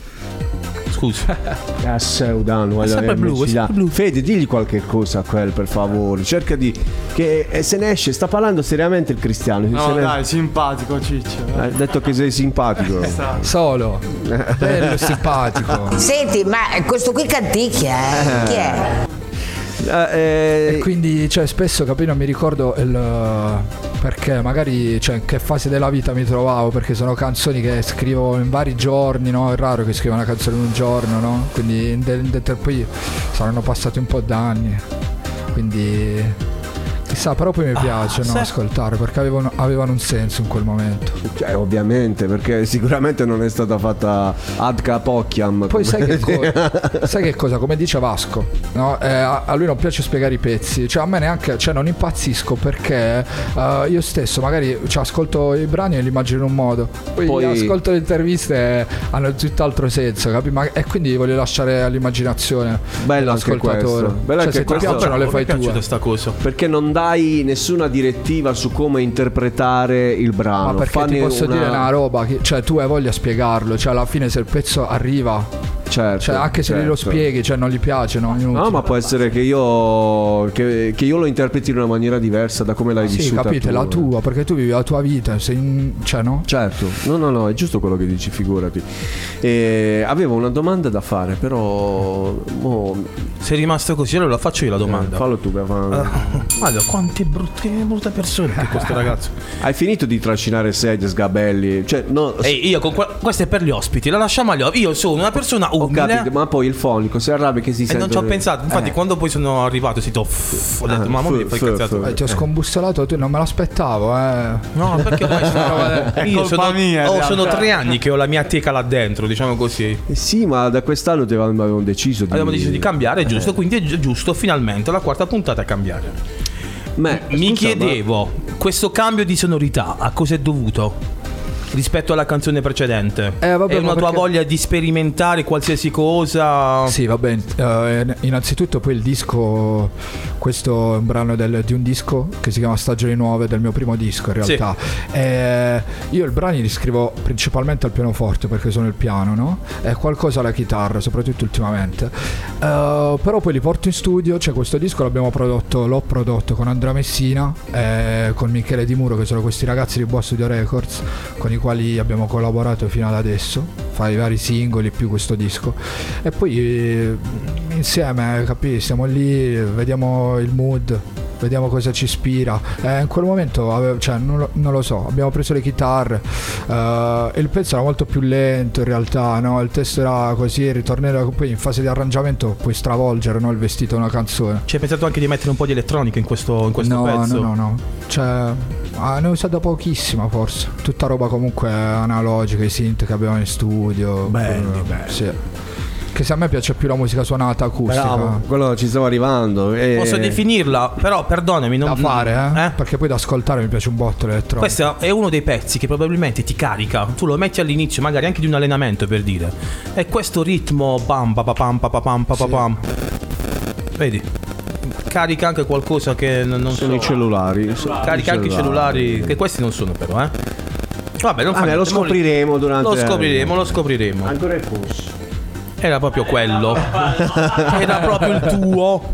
Scusa. Sempre blu. Fede, digli qualche cosa a quel, per favore. Cerca di che se ne esce. Sta parlando seriamente il Cristiano. No, dai, simpatico Ciccio. Hai detto che sei simpatico. Solo. Bello, simpatico. Senti, ma questo qui canticchia, chi è? E quindi spesso non mi ricordo perché magari in che fase della vita mi trovavo, perché sono canzoni che scrivo in vari giorni, no? È raro che scriva una canzone in un giorno, no? Quindi poi saranno passati un po' d'anni, quindi chissà, però poi mi piace ascoltare perché avevano un senso in quel momento. Ovviamente, perché sicuramente non è stata fatta ad capocchiam. Poi sai che cosa? Come dice Vasco, no? A lui non piace spiegare i pezzi. A me neanche, non impazzisco perché io stesso magari ascolto i brani e li immagino in un modo, poi ascolto le interviste e hanno tutt'altro senso, capi? E quindi voglio lasciare all'immaginazione dell'ascoltatore. Se ti piacciono le fai tue. Questa cosa. Perché non dai nessuna direttiva su come interpretare il brano. Ma perché ti posso dire una roba che, tu hai voglia di spiegarlo, alla fine se il pezzo arriva, anche se lo spieghi, non gli piace, no? No, ma può essere che io lo interpreti in una maniera diversa da come l'hai vissuta. Sì, capite, tu, la tua, perché tu vivi la tua vita, no? Certo, no, è giusto quello che dici, figurati. Avevo una domanda da fare, però sei rimasto così, allora la faccio io la domanda. Fallo tu, Guarda, quante brutte persone che questo ragazzo. Hai finito di trascinare sedie, sgabelli? Io questo è per gli ospiti, la lasciamo agli ospiti. Io sono una persona umile. Ho capito, ma poi il fonico si arrabbia che si sente. Non ci ho pensato, infatti quando poi sono arrivato ho detto mamma mi fai cazzato. Ti ho scombussolato, tu non me l'aspettavo, No, perché io sono 3 anni che ho la mia teca là dentro, diciamo così. Sì, ma da quest'anno avevamo deciso di cambiare, è giusto, quindi è giusto finalmente la 4ª puntata a cambiare. Mi chiedevo, questo cambio di sonorità a cosa è dovuto? Rispetto alla canzone precedente, è una tua voglia di sperimentare qualsiasi cosa? Sì, vabbè, innanzitutto poi il disco, questo è un brano di un disco che si chiama Stagioni Nuove, del mio primo disco in realtà. Io i brani li scrivo principalmente al pianoforte perché sono il piano, no? E qualcosa alla chitarra, soprattutto ultimamente. Però poi li porto in studio, questo disco l'ho prodotto con Andrea Messina e con Michele Di Muro, che sono questi ragazzi di Boa Studio Records, con i quali abbiamo collaborato fino ad adesso, fa i vari singoli più questo disco, e poi insieme, stiamo lì, vediamo il mood, vediamo cosa ci ispira. In quel momento non lo so, abbiamo preso le chitarre, il pezzo era molto più lento in realtà, no? Il testo era così, il ritornello, poi in fase di arrangiamento puoi stravolgere, no? Il vestito di una canzone. Ci hai pensato anche di mettere un po' di elettronica in questo pezzo? No, ne ho usata pochissima, forse tutta roba comunque analogica, i synth che abbiamo in studio. Belli. Sì. Che se a me piace più la musica suonata acustica. Bravo, quello ci stavo arrivando. Posso definirla, però perdonami, non da fare, perché poi da ascoltare mi piace un botto l'elettronica. Questo è uno dei pezzi che probabilmente ti carica. Tu lo metti all'inizio, magari anche di un allenamento, per dire. E questo ritmo pam pa pa pam pa pa pam pa pa pam. Vedi? Carica anche qualcosa che non sono i cellulari. Carica anche i cellulari, che questi non sono però, Vabbè, non fa niente, lo scopriremo durante. Lo scopriremo. Ancora il push. Era proprio quello. Era proprio il tuo.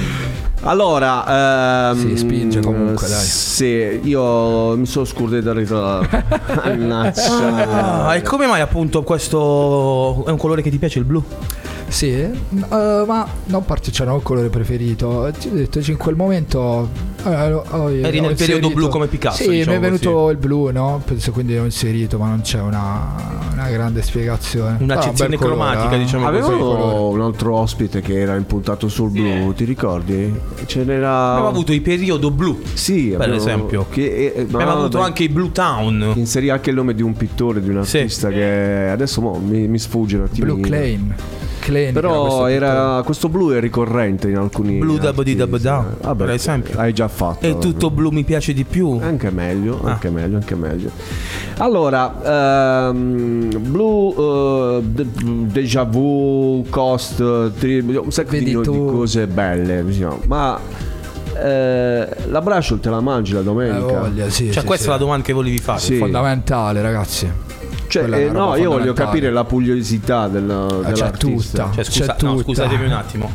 Allora, si spinge comunque, dai. Sì, io mi sono scurdato e come mai appunto questo è un colore che ti piace, il blu? Sì, ma non particolare, non il colore preferito. Ti ho detto, in quel momento eri nel periodo blu come Picasso. Sì, diciamo mi è venuto il blu, no? Penso, quindi l'ho inserito, ma non c'è una grande spiegazione. Un'accezione cromatica, diciamo. Avevamo un altro ospite che era impuntato sul blu, ti ricordi? Ce n'era. Abbiamo avuto il periodo blu. Sì, per esempio. Abbiamo avuto anche i Blue Town. Inserì anche il nome di un pittore, di un artista che adesso mi sfugge un attimino. Blue Klein. Però questo blu è ricorrente in alcuni blu da per esempio. Hai già fatto. E tutto blu mi piace di più. Anche meglio. Allora, blu, déjà vu, cost, un sacco di cose belle, diciamo. Ma la Brashol te la mangi la domenica? Cioè questa è la domanda che volevi fare. Sì. Fondamentale, ragazzi. Cioè, no, io voglio capire la pugliosità dell'artista. C'è tutta. Scusatemi un attimo.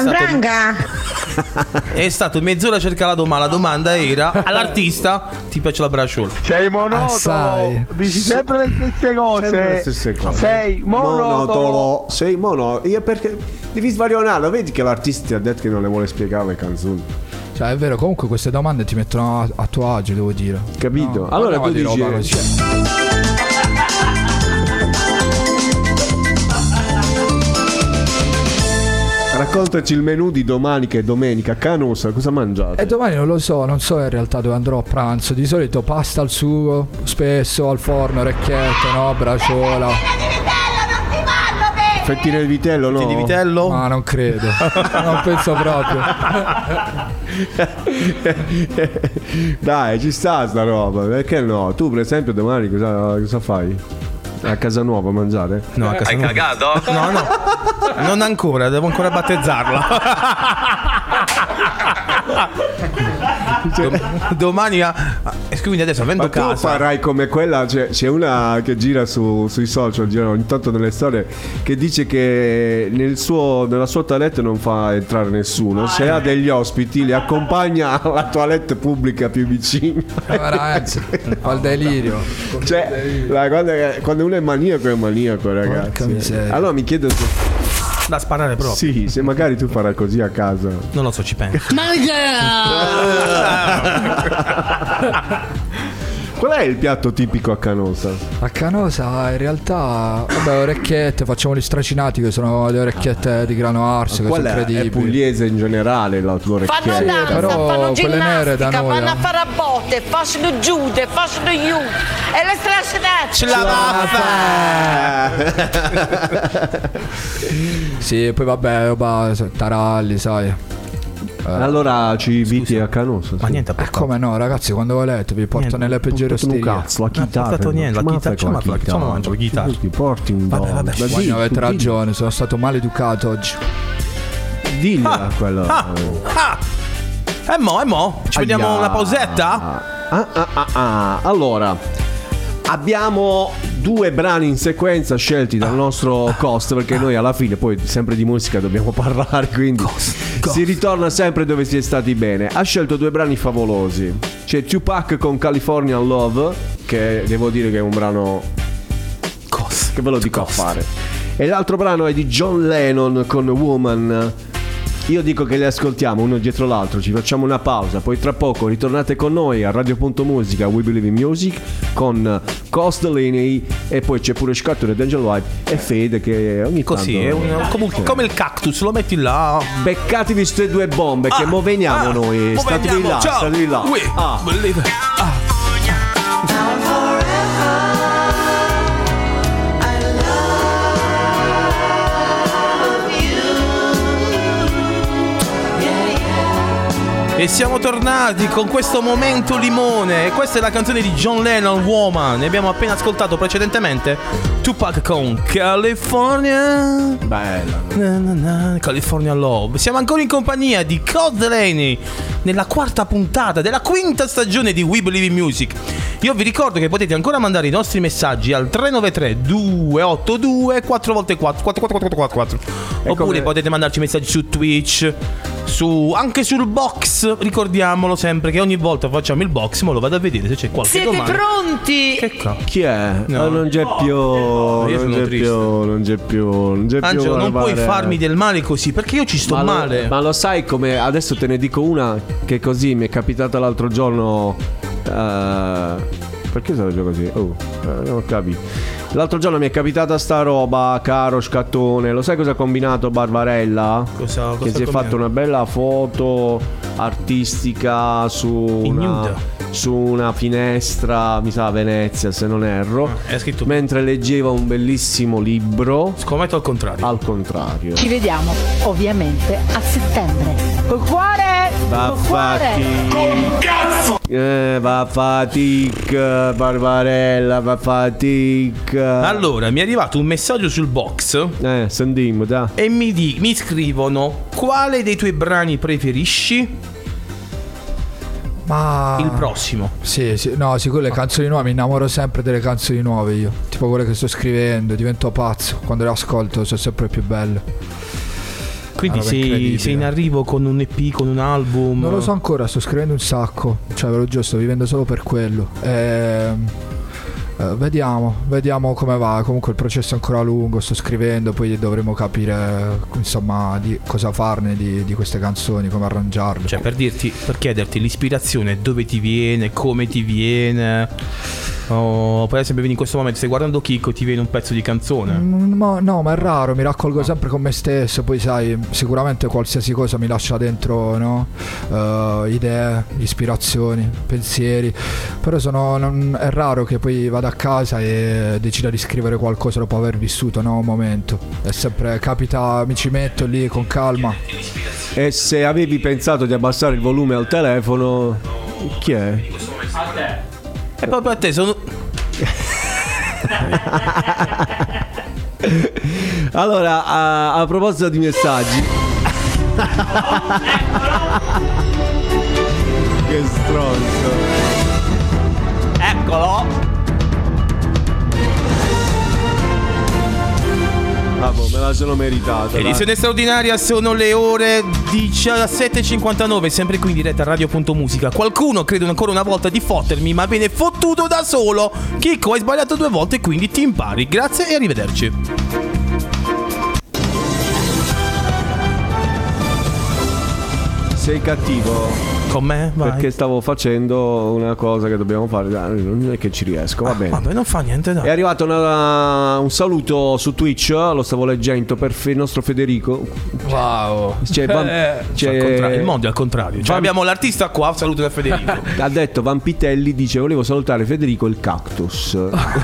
È stato mezz'ora a cercare la domanda. La domanda era: all'artista ti piace la Brashol? Sei monotono, dici sempre le stesse cose. Sei monotono. Sei mono. Io perché devi svariare? Vedi che l'artista ti ha detto che non le vuole spiegare le canzoni. Cioè, è vero, comunque queste domande ti mettono a tuo agio, devo dire. Capito? No, allora tu dici. Raccontaci il menù di domani, che è domenica. Canosa, cosa mangiate? E domani non lo so, non so in realtà dove andrò a pranzo. Di solito pasta al sugo, spesso al forno, orecchiette, no? Braciola. Fettine di vitello, no? Fettine di vitello? Ma non credo. Non penso proprio. Dai, ci sta sta roba. Perché no? Tu per esempio domani cosa fai? A casa nuova a mangiare? No, a casa Hai nuova. cagato? No, non ancora, devo ancora battezzarla. Domani quindi adesso avendo casa. Ma tu farai come quella, c'è una che gira sui social, gira ogni tanto nelle storie, che dice che nella sua toilette non fa entrare nessuno. Se ha degli ospiti li accompagna alla toilette pubblica più vicina. Ragazzi, al delirio. Cioè, quando uno è maniaco, ragazzi. Allora mi chiedo se da sparare proprio. Sì, se magari tu farai così a casa. Non lo so, ci penso. Qual è il piatto tipico a Canosa? A Canosa in realtà, vabbè, orecchiette, facciamo gli stracinati che sono le orecchiette di grano arso, che sono incredibili. È pugliese in generale l'orecchietta. Fanno danza, però fanno quelle nere da ginnastica, noi, vanno a fare a botte, fanno giude, fanno iu e le stracinate. Ce la va. Sì, poi vabbè, taralli, sai. Allora ci inviti a Canosa. Ma niente, come no, ragazzi, quando volete vi porto nelle peggiori osterie. Cazzo, la chitarra. Niente, la chitarra. Mangio la chitarra. Ti porti un dono. Vabbè, avete ragione, sono stato maleducato oggi. Digliela quello. E mo? Ci vediamo una pausetta? Allora, abbiamo 2 brani in sequenza scelti dal nostro Cost, perché noi alla fine poi sempre di musica dobbiamo parlare, quindi si ritorna sempre dove si è stati bene. Ha scelto 2 brani favolosi. C'è Tupac con California Love, che devo dire che è un brano che ve lo dico a fare, e l'altro brano è di John Lennon con Woman. Io dico che li ascoltiamo uno dietro l'altro, ci facciamo una pausa, poi tra poco ritornate con noi a Radio.Musica, We Believe in Music, con Costalini, e poi c'è pure Scatto ed Angel White e Fede che ogni così tanto... come il cactus, lo metti là. Beccatevi queste 2 bombe che mo veniamo noi, statevi là, statevi là. E siamo tornati con questo momento limone. Questa è la canzone di John Lennon, Woman. Ne abbiamo appena ascoltato precedentemente Tupac con California. Bella. California Love. Siamo ancora in compagnia di Cod Delaney nella quarta puntata della quinta stagione di We Believe in Music. Io vi ricordo che potete ancora mandare i nostri messaggi al 393 282 4x4 4444. Oppure potete mandarci messaggi su Twitch, anche sul box. Ricordiamolo sempre che ogni volta facciamo il box, ma lo vado a vedere se c'è qualche Siete domanda. pronti? Che cazzo? Chi è? No. Non c'è più. Io sono triste. Non c'è più. Angelo, non puoi farmi del male così, perché io ci sto male. Ma lo sai come? Adesso te ne dico una che così mi è capitata l'altro giorno. Perché sono così? Non ho capito. L'altro giorno mi è capitata sta roba, caro scattone. Lo sai cosa ha combinato Barbarella? Cosa che si è fatto una bella foto artistica su una finestra, mi sa a Venezia se non erro, è scritto mentre leggeva un bellissimo libro. Scommetto al contrario. Al contrario. Ci vediamo ovviamente a settembre. Col cuore! Va fatica, Barbarella, va fatica. Allora, mi è arrivato un messaggio sul box. Sentiamo, da. E mi scrivono: quale dei tuoi brani preferisci? Ma il prossimo. Sì, no, sì, quelle canzoni nuove, mi innamoro sempre delle canzoni nuove io. Tipo quelle che sto scrivendo, divento pazzo. Quando le ascolto sono sempre più belle. Quindi sei in arrivo con un EP, con un album? Non lo so ancora, sto scrivendo un sacco. Cioè, ve lo giuro, sto vivendo solo per quello. Vediamo come va. Comunque il processo è ancora lungo, sto scrivendo, poi dovremo capire insomma di cosa farne di queste canzoni, come arrangiarle. Cioè per chiederti l'ispirazione, dove ti viene, come ti viene. Per esempio in questo momento stai guardando Chicco, ti viene un pezzo di canzone. No, ma è raro, mi raccolgo sempre con me stesso. Poi sai, sicuramente qualsiasi cosa mi lascia dentro, no? Idee, ispirazioni, pensieri. Però è raro che poi vada a casa e decida di scrivere qualcosa dopo aver vissuto, no? Un momento. È sempre, capita, mi ci metto lì con calma. E se avevi pensato di abbassare il volume al telefono, chi è? A te. E proprio a te sono. Allora, a proposito di messaggi. Che stronzo. Eccolo. Me la sono meritata. Edizione straordinaria, sono le ore 17:59, sempre qui in diretta a Radio.musica. Qualcuno crede ancora una volta di fottermi, ma viene fottuto da solo. Chicco, hai sbagliato 2 volte, quindi ti impari. Grazie e arrivederci. Sei cattivo. Con me? Vai. Perché stavo facendo una cosa che dobbiamo fare. Non è che ci riesco, va bene. Vabbè, non fa niente, dai. È arrivato un saluto su Twitch, lo stavo leggendo per il nostro Federico. Wow. Il mondo è al contrario. Cioè, abbiamo l'artista qua, saluto da Federico. Ha detto Vampitelli, dice volevo salutare Federico il cactus.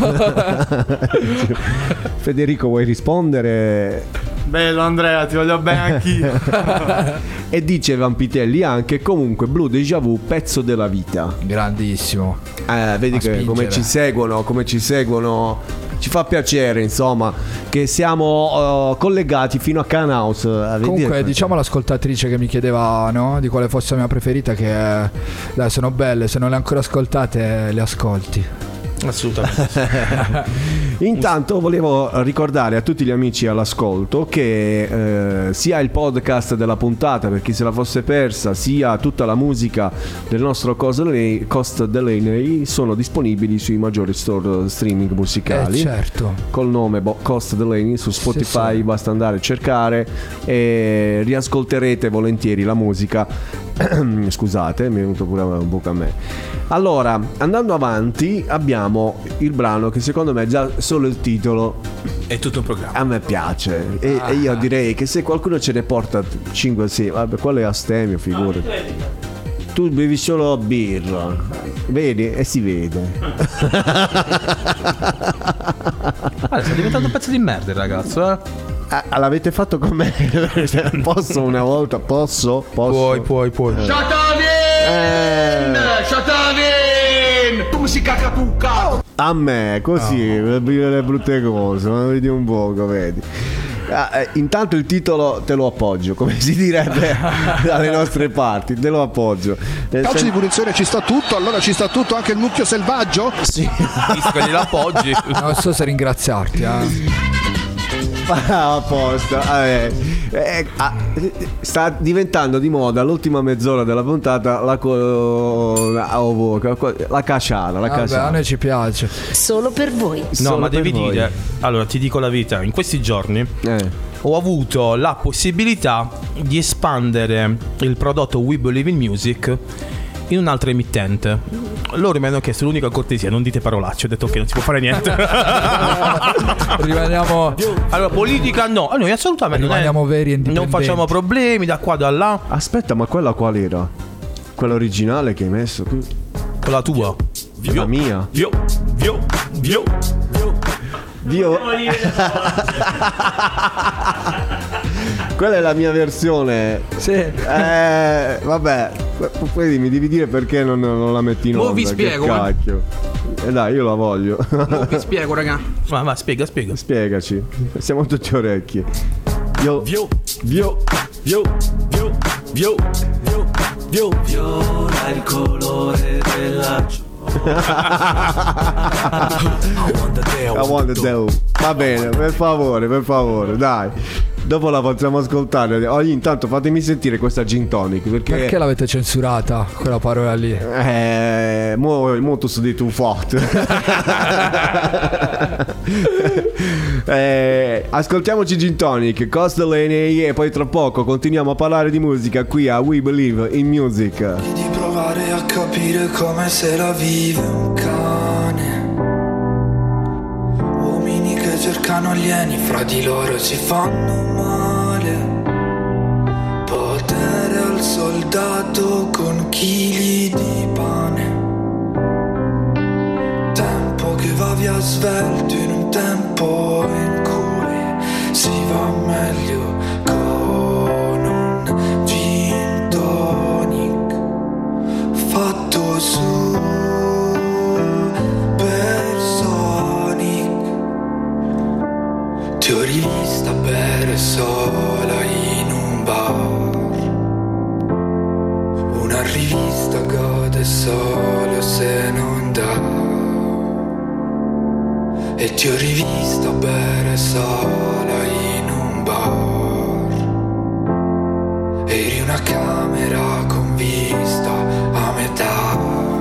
Federico, vuoi rispondere? Bello Andrea, ti voglio bene anch'io. E dice Vampitelli anche comunque Blue Déjà Vu, pezzo della vita. Grandissimo. Vedi che come ci seguono. Ci fa piacere insomma che siamo collegati fino a Canhouse. Comunque diciamo all'ascoltatrice che mi chiedeva, no, di quale fosse la mia preferita, che dai, sono belle, se non le ancora ascoltate le ascolti. Assolutamente. Intanto volevo ricordare a tutti gli amici all'ascolto che sia il podcast della puntata per chi se la fosse persa, sia tutta la musica del nostro Cost Delaney sono disponibili sui maggiori store streaming musicali. Certo. Col nome Cost Delaney su Spotify, sì. Basta andare a cercare e riascolterete volentieri la musica. Scusate, mi è venuto pure un po' a me. Allora, andando avanti, abbiamo il brano che secondo me già solo il titolo è tutto un programma. A me piace. E io direi che se qualcuno ce ne porta 5-6, vabbè, quello è astemio, figurati. Tu bevi solo birra, vedi? E si vede. Guarda, sta diventando un pezzo di merda il ragazzo, l'avete fatto con me? Posso una volta? Posso? Puoi. Shut Shatavin! Tu si cacapucca! A me, così, per dire le brutte cose, ma vedi un poco, vedi. Intanto il titolo te lo appoggio, come si direbbe dalle nostre parti, te lo appoggio. Calcio di punizione, ci sta tutto, allora ci sta tutto anche il mucchio selvaggio? Sì. Visto che gliel'appoggi. Non so se ringraziarti, apposta. Sta diventando di moda l'ultima mezz'ora della puntata la casciara. Vabbè, a noi ci piace. Solo per voi. No, ma devi dire. Allora, ti dico la verità. In questi giorni ho avuto la possibilità di espandere il prodotto We Believe in Music in un'altra emittente. Loro mi hanno chiesto l'unica cortesia: non dite parolacce. Ho detto che non si può fare niente. Rimaniamo. Allora, politica no. Noi assolutamente rimaniamo veri e indipendenti. Non facciamo problemi da qua da là. Aspetta, ma quella qual era? Quella originale che hai messo qui? Quella tua. La mia. Vio. Quella è la mia versione. Sì. Vabbè. Poi mi devi dire perché non la metti in onda. vi spiego. Cacchio. Dai, io la voglio. Vi spiego, raga. Ma spiega. Spiegaci. Siamo tutti orecchi. Viola il colore della I want the dough. Va bene, per favore, dai. Dopo la facciamo ascoltare. Intanto fatemi sentire questa gin tonic. Perché l'avete censurata quella parola lì? Molto sudito forte. Ascoltiamoci gin tonic, Costa Lane, e poi tra poco continuiamo a parlare di musica qui a We Believe in Music. Di provare a capire come se la vive un cane. Uomini che cercano alieni, fra di loro si fanno male. Potere al soldato con chili di pane. Tempo che va via svelto in un tempo in cui si va meglio con un gin tonic fatto su Personic. Ti ho rivista bere sola in un bar. Una rivista gode solo se non dà. E ti ho rivista bere sola in un bar. Eri una camera con vista a metà.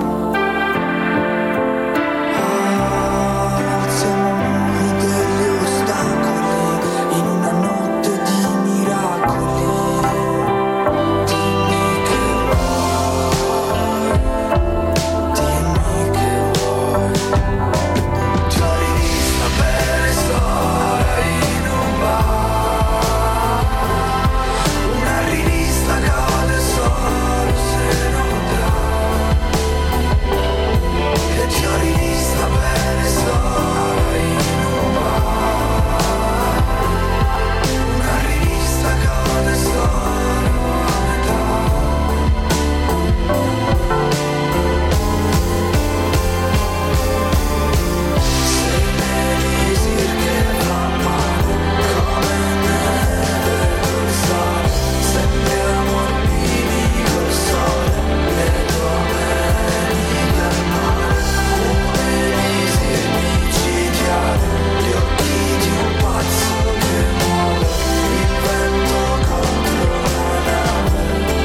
Alziamo muri degli ostacoli in una notte di miracoli. Dimmi che vuoi, dimmi che vuoi. Ti ho rivista bere sola in un bar. Una rivista cade solo se non dà. E ti ho rivista bere sola in un bar. Una rivista cade solo a metà. Sei un elisir che fa male come neve col sale. Sembriamo alpini col sole, le domenica al mare. Un elisir micidiale, gli occhi di un pazzo che muove il vento contro la nave.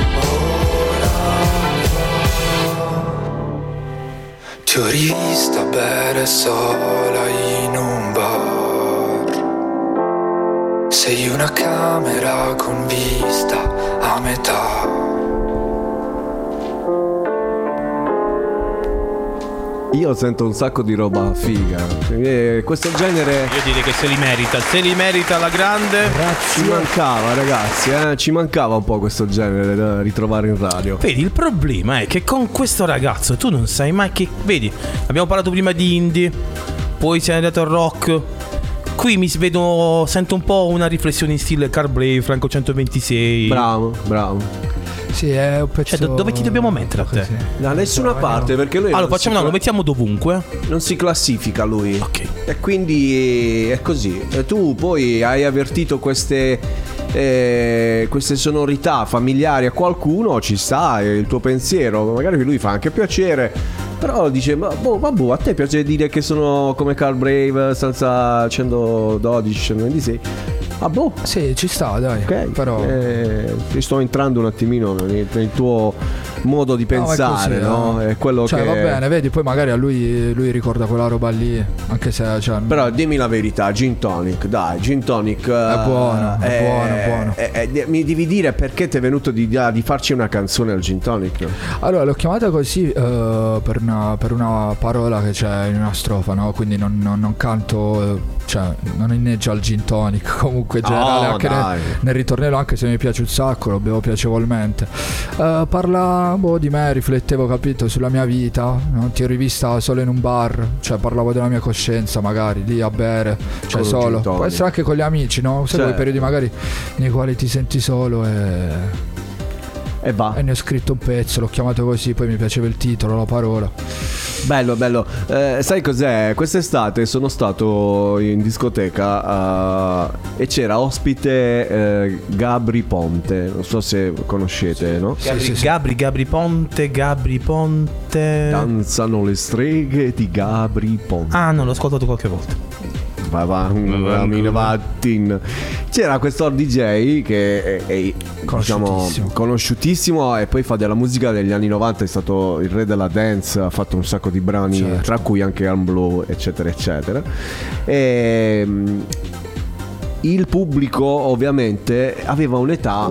Ti ho rivista bere sola in un bar. Sei una camera con vista a metà. Io sento un sacco di roba figa. Questo genere Io direi che se li merita la grande. ci mancava, ragazzi, ci mancava un po' questo genere da ritrovare in radio. Vedi, il problema è che con questo ragazzo tu non sai mai che. Vedi, abbiamo parlato prima di indie, poi sei andato al rock. Qui sento un po' una riflessione in stile Carl Brave, Franco 126. Bravo. Sì, è un pezzo. Cioè, dove ti dobbiamo mettere a te? Da nessuna parte, perché lui allora facciamo, lo mettiamo dovunque. Non si classifica lui. Ok. E quindi è così. E tu poi hai avvertito queste sonorità familiari a qualcuno, ci sta, è il tuo pensiero. Magari lui fa anche piacere, però dice: ma boh, a te piace dire che sono come Carl Brave, stanza 112, 126? Ah boh. Sì, ci sta, dai. Ok, però ti sto entrando un attimino nel tuo modo di pensare, no? È quello cioè, che va bene, vedi, poi magari a lui ricorda quella roba lì, anche se cioè, però dimmi la verità, Gin Tonic, dai, Gin Tonic è buono, è buono. Mi devi dire perché ti è venuto di farci una canzone al Gin Tonic? Allora, l'ho chiamata così per una parola che c'è in una strofa, no? Quindi non canto, cioè non inneggio al Gin Tonic comunque in generale, anche nel ritornello, anche se mi piace un sacco, lo bevo piacevolmente. Parla di me, riflettevo, capito, sulla mia vita, no? Ti ho rivista solo in un bar, cioè parlavo della mia coscienza, magari lì a bere, cioè solo, può essere anche con gli amici, no? Sai, quei periodi magari nei quali ti senti solo e ne ho scritto un pezzo, l'ho chiamato così, poi mi piaceva il titolo, la parola. Bello. Sai cos'è? Quest'estate sono stato in discoteca e c'era ospite Gabri Ponte. Non so se conoscete, no? Gabri Ponte. Danzano le streghe di Gabri Ponte. Ah, no, l'ho ascoltato qualche volta. C'era questo DJ che è conosciutissimo e poi fa della musica degli anni 90, è stato il re della dance, ha fatto un sacco di brani, certo, tra cui anche Arm Blue, eccetera eccetera. E il pubblico ovviamente aveva un'età.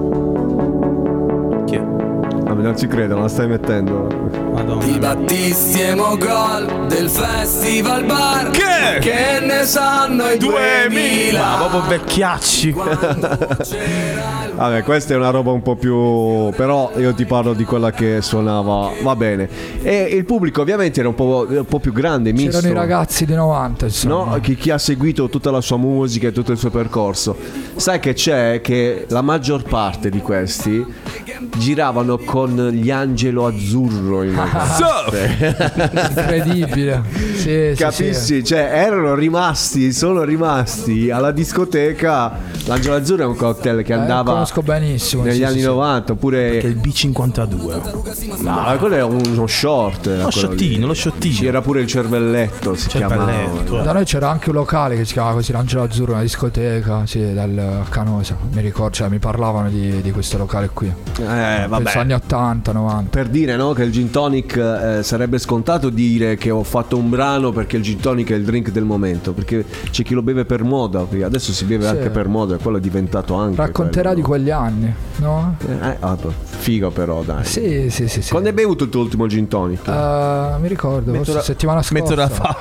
Chi è? Non ci credo, non la stai mettendo. Madonna. Di battissimo gol del festival bar. Che ne sanno i 2000. Ma proprio vecchiacci. Vabbè, questa è una roba un po' più, però io ti parlo di quella che suonava, va bene. E il pubblico ovviamente era un po' più grande, misto. C'erano i ragazzi di 90, insomma, no? Chi ha seguito tutta la sua musica e tutto il suo percorso. Sai che c'è che la maggior parte di questi giravano con gli Angelo Azzurro in incredibile. Sì, capisci? Sì. Cioè sono rimasti alla discoteca. L'Angelo Azzurro è un cocktail che andava, conosco benissimo, negli anni 90, oppure perché il B52. No, quello è uno short. Lo sciottino. C'era pure il cervelletto, si chiamava. Da noi c'era anche un locale che si chiamava così, l'Angelo Azzurro, una discoteca, sì, dal Canosa. Mi ricordo, cioè mi parlavano di questo locale qui. Vabbè. Penso anni 80, 90. Per dire, no, che il Gin Tonic sarebbe scontato dire che ho fatto un brano perché il Gin Tonic è il drink del momento, perché c'è chi lo beve per moda, adesso si beve anche per moda, quello è diventato anche racconterà quello, di quegli anni, no? Figo però, dai. Sì. Quando hai bevuto il tuo ultimo Gin Tonic? Mi ricordo, forse settimana scorsa. Mezz'ora fa.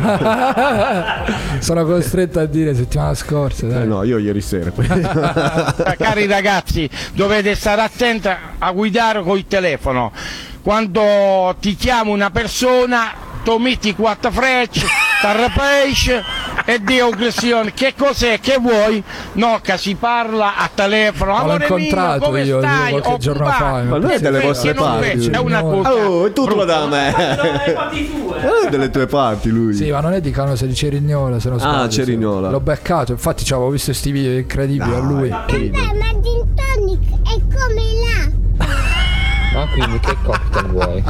Sono costretto a dire settimana scorsa, dai. No, io ieri sera. Cari ragazzi, dovete stare attenti a guidare col telefono. Quando ti chiama una persona, tu metti 4 frecce, tarrapesce e Dio Cristiano, che cos'è, che vuoi? No, che si parla a telefono. L'ho incontrato come io stai? qualche giorno fa. Ma non è delle vostre parti. È una cosa. Oh, è tutto da me. È delle tue parti lui. Sì, ma non è di Canosa, di Cerignola, se non sbaglio. Cerignola. L'ho beccato, infatti ci avevo visto questi video incredibili a lui. Ma Gin Tonic è come là. Ma quindi che cocktail vuoi?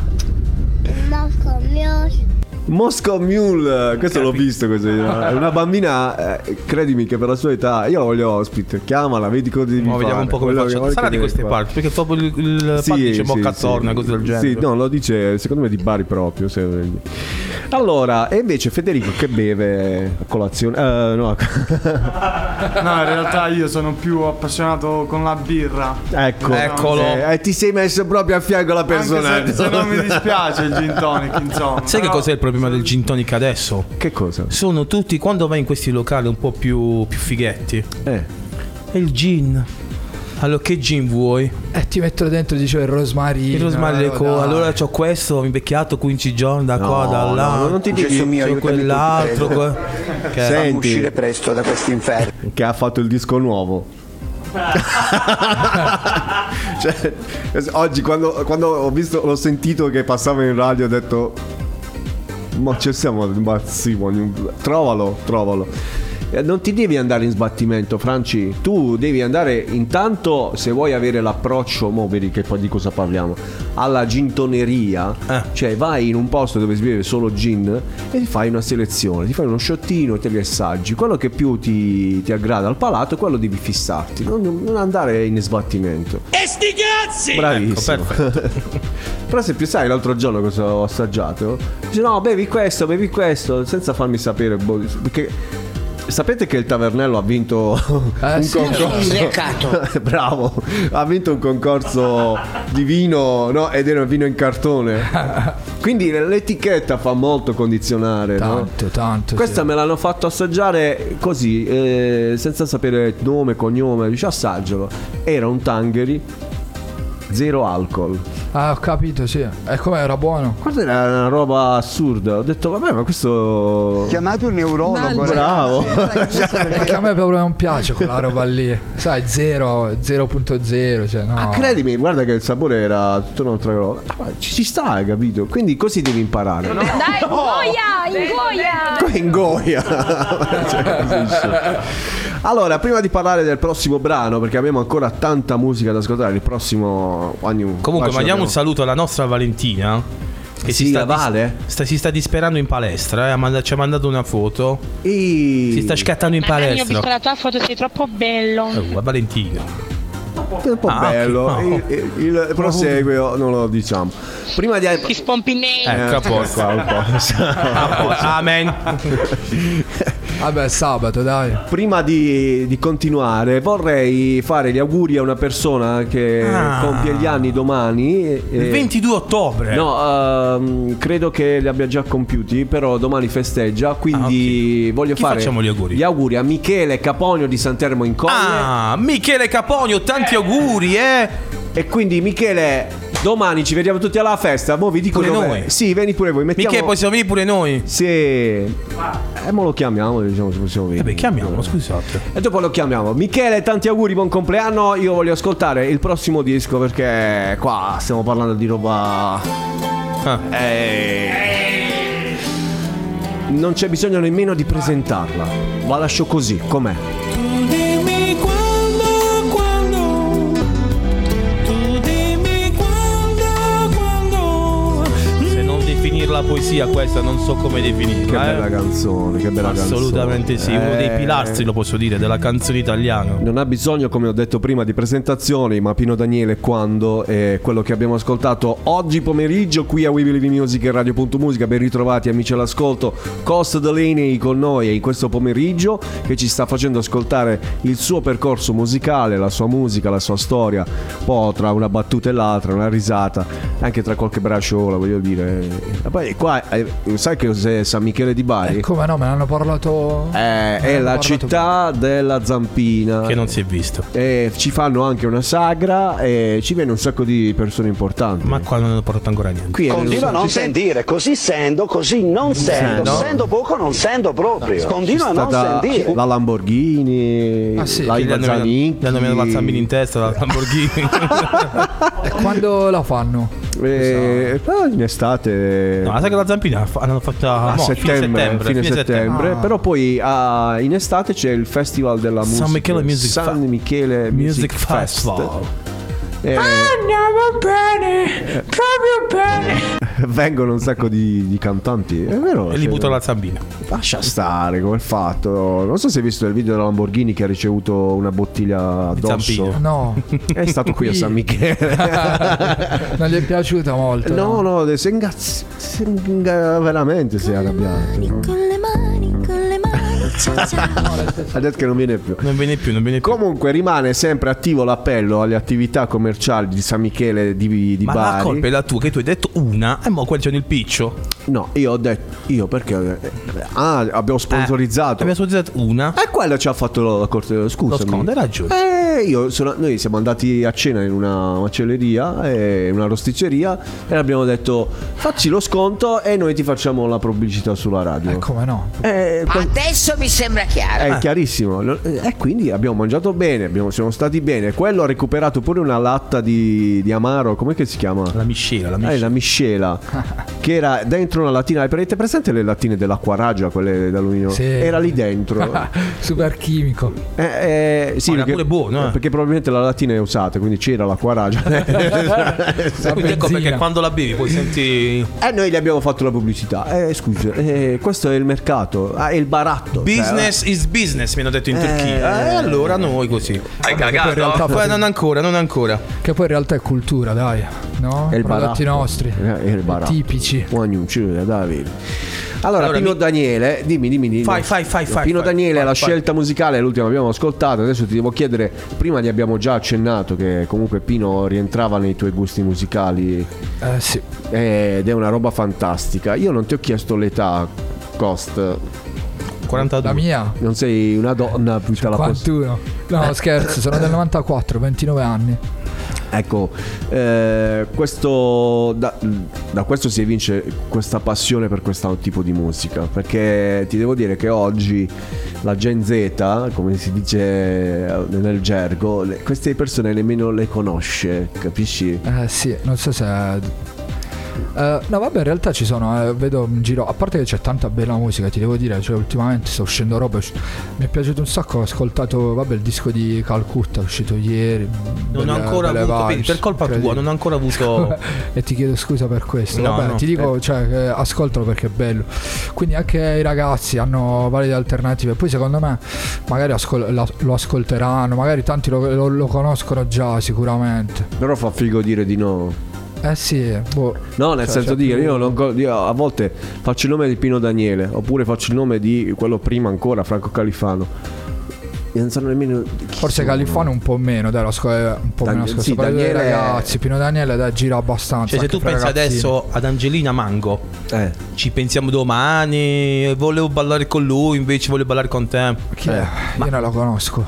Moscow Mule, questo l'ho visto così. È una bambina, credimi che per la sua età, io la voglio ospite, chiamala, vedi cosa devi fare. Vediamo un po' come faccio. Sarà di queste parti, perché proprio il dice bocca attorno, cose del genere. Sì, no, lo dice secondo me di Bari proprio. Allora, e invece Federico che beve a colazione? No, in realtà io sono più appassionato con la birra. Eccolo. Ti sei messo proprio a fianco alla persona. Se non mi dispiace il Gin Tonic, insomma. Sai che cos'è il problema del Gin Tonic adesso? Che cosa? Sono tutti, quando vai in questi locali un po' più fighetti, è il gin. Allora, che gin vuoi? Ti metto dentro, dicevo, il rosmarino. Il rosmarino, allora c'ho questo, mi becchiato 15 giorni da qua, da là. No, non ti dico c'ho quell'altro. Senti, uscire presto da questo inferno. Che ha fatto il disco nuovo. Cioè, oggi quando l'ho sentito che passava in radio ho detto ma ci siamo trovalo. Non ti devi andare in sbattimento, Franci. Tu devi andare intanto, se vuoi avere l'approccio, mo vedi che poi di cosa parliamo, alla gintoneria. Cioè vai in un posto dove si beve solo gin e fai una selezione, ti fai uno shottino e te li assaggi. Quello che più ti aggrada al palato, quello devi fissarti, non andare in sbattimento. E sti cazzi! Bravissimo. Ecco, per esempio, sai l'altro giorno cosa ho assaggiato? Dice no, bevi questo, senza farmi sapere, perché sapete che il Tavernello ha vinto un concorso. Bravo, ha vinto un concorso di vino, no? Ed era un vino in cartone. Quindi l'etichetta fa molto condizionare, tanto. Questa me l'hanno fatto assaggiare così, senza sapere nome, cognome. Dice assaggialo. Era un Tangheri, 0 alcol. Ah, ho capito, sì. E come era buono? Guarda, era una roba assurda. Ho detto, vabbè, ma questo... Chiamate un neurologo. Bravo. Perché a me proprio non piace quella roba lì. Sai, 0.0, cioè no. Credimi, guarda che il sapore era tutta un'altra roba. Ci sta, hai capito? Quindi così devi imparare. Dai, Ingoia. Allora, prima di parlare del prossimo brano, perché abbiamo ancora tanta musica da ascoltare, il prossimo comunque mandiamo un saluto alla nostra Valentina che si sta disperando in palestra, ci ha mandato una foto si sta scattando in palestra. Io ho visto la tua foto, sei troppo bello. Valentina è un po' bello. No. Il proseguo non lo diciamo. Prima di Ti spompinei. a posto. Amen. Vabbè, sabato, dai. Prima di continuare, vorrei fare gli auguri a una persona che compie gli anni domani. Il 22 ottobre. No, credo che li abbia già compiuti, però domani festeggia. Quindi voglio fare facciamo gli auguri a Michele Caponio di Santermo in Colle. Michele Caponio, tanti auguri, E quindi Michele, domani ci vediamo tutti alla festa. Mo vi dico pure dove. noi. Sì, vieni pure voi. Michele, possiamo venire pure noi? Sì. Mo lo chiamiamo, diciamo se possiamo venire. Chiamiamo, scusate. E dopo lo chiamiamo. Michele, tanti auguri, buon compleanno. Io voglio ascoltare il prossimo disco perché qua stiamo parlando di roba. Non c'è bisogno nemmeno di presentarla. La lascio così, com'è. La poesia questa non so come definirla. Che bella canzone, che bella assolutamente canzone. Sì, uno dei pilastri, lo posso dire, della canzone italiana. Non ha bisogno, come ho detto prima, di presentazioni, ma Pino Daniele quando è quello che abbiamo ascoltato oggi pomeriggio qui a We Believe in Music e Radio.musica. Ben ritrovati amici all'ascolto. Cost Delaney con noi in questo pomeriggio, che ci sta facendo ascoltare il suo percorso musicale, la sua musica, la sua storia, poi tra una battuta e l'altra, una risata, anche tra qualche braciola, voglio dire. Poi qua sai che cos'è San Michele di Bari? Come no, me ne hanno parlato. È la città della zampina che non si è visto. Ci fanno anche una sagra e ci viene un sacco di persone importanti. Ma qua non hanno portato ancora niente. Qui continua a non sentire, così sento, così non sento. No. Sento poco, non sento proprio. Continua a non sentire. La Lamborghini, la Zanicchi. Gli hanno messo la Zambini in testa, la Lamborghini. E quando la fanno? In estate. No, la sagra della zampina hanno fatto a settembre, fine settembre. Però poi in estate c'è il Festival della musica, San Michele Music Festival. Andiamo bene, proprio bene. Vengono un sacco di cantanti, è vero? E li buttano la zambina. Lascia stare come è fatto. Non so se hai visto il video della Lamborghini che ha ricevuto una bottiglia addosso. No. È stato qui a San Michele. Non gli è piaciuta molto. No, veramente si è arrabbiato. Con le mani. Ha detto che non viene più. Non viene più. Comunque rimane sempre attivo l'appello alle attività commerciali di San Michele di ma Bari. la colpa è la tua, che tu hai detto una e mo' quel giorno il piccio. No, io ho detto, perché abbiamo sponsorizzato. Abbiamo sponsorizzato una. E quella ci ha fatto la corte. Scusami. Lo sconto, hai ragione. Noi siamo andati a cena in una macelleria, in una rosticceria, e abbiamo detto facci lo sconto e noi ti facciamo la pubblicità sulla radio. Come no? Adesso mi sembra chiaro. È chiarissimo. E quindi abbiamo mangiato bene, siamo stati bene. Quello ha recuperato pure una latta di amaro, com'è che si chiama? La miscela. La miscela che era dentro una lattina. Avete presente le lattine dell'acqua ragia, quelle d'alluminio? Sì. Era lì dentro. Super chimico. Sì, era pure buono, perché probabilmente la lattina è usata, quindi c'era l'acqua ragia. Quindi ecco perché quando la bevi poi senti. E noi gli abbiamo fatto la pubblicità. Scusa, questo è il mercato, è il baratto. Business is business, mi hanno detto in Turchia. E allora noi così. Hai cagato? Non ancora. Che poi in realtà è cultura, dai. No? È il prodotti baratto. nostri. È il baratto. Tipici. Allora Pino Daniele, dimmi. Fai. Pino Daniele, la scelta musicale, l'ultima abbiamo ascoltato. Adesso ti devo chiedere, prima ti abbiamo già accennato che comunque Pino rientrava nei tuoi gusti musicali. Sì. Ed è una roba fantastica. Io non ti ho chiesto l'età, Cost. 42. La mia? Non sei una donna più 41. No, scherzo, sono del 94, 29 anni. Ecco, questo da questo si evince questa passione per questo tipo di musica, perché ti devo dire che oggi la Gen Z, come si dice nel gergo, queste persone nemmeno le conosce, capisci? Sì, non so se... no vabbè, in realtà ci sono, vedo in giro, a parte che c'è tanta bella musica, ti devo dire, cioè ultimamente sto uscendo roba, mi è piaciuto un sacco, ho ascoltato il disco di Calcutta, è uscito ieri, non ho ancora avuto vibes, per colpa tua non ho ancora avuto e ti chiedo scusa per questo. Vabbè, ti dico, cioè, ascoltalo perché è bello, quindi anche i ragazzi hanno valide alternative, poi secondo me magari lo ascolteranno, magari tanti lo conoscono già sicuramente, però fa figo dire di no. Sì, no, nel senso di io a volte faccio il nome di Pino Daniele, oppure faccio il nome di quello prima ancora, Franco Califano. E non sanno nemmeno forse Califano un po' meno, dai, un po' meno ascoltato. Sì, Daniele, ragazzi, Pino Daniele dai, gira abbastanza. Cioè, se tu pensi adesso ad Angelina Mango, ci pensiamo domani, volevo ballare con lui, invece voglio ballare con te. Chi è? Io non la conosco.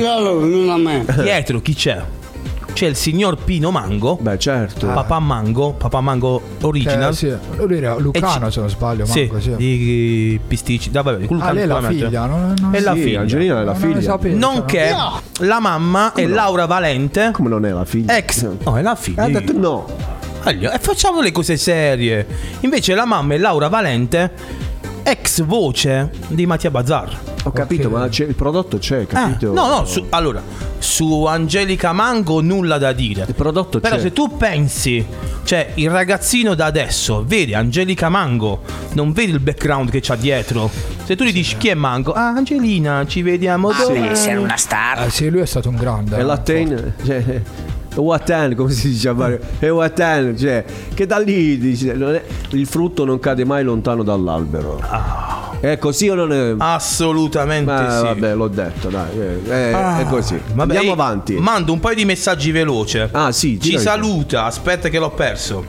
Dietro chi c'è? C'è il signor Pino Mango. Beh, certo. Papà Mango Original. Sì. Lui era lucano, se non sbaglio. Mango, sì. Di Pisticci. Lei è la figlia. È la figlia. Angelina è la figlia. Nonché la mamma è Laura Valente. Come non è la figlia? No, è la figlia. Ha detto no. E facciamo le cose serie. Invece la mamma è Laura Valente, ex voce di Mattia Bazar. Ho capito, ma il prodotto c'è, capito? No, su Angelica Mango nulla da dire. Il prodotto però c'è. Se tu pensi, cioè il ragazzino da adesso vede Angelica Mango, non vedi il background che c'ha dietro. Se tu gli dici chi è Mango? Angelina, ci vediamo dopo. Deve essere una star. Sì, lui è stato un grande. E la Ten, cioè Watan, come si dice a Mario? E Watan, cioè che da lì dice, il frutto non cade mai lontano dall'albero. È così o non è? Assolutamente sì. Vabbè, l'ho detto, dai. È così. Vabbè, andiamo avanti. Mando un paio di messaggi veloce. Sì. Ci saluta. Aspetta che l'ho perso.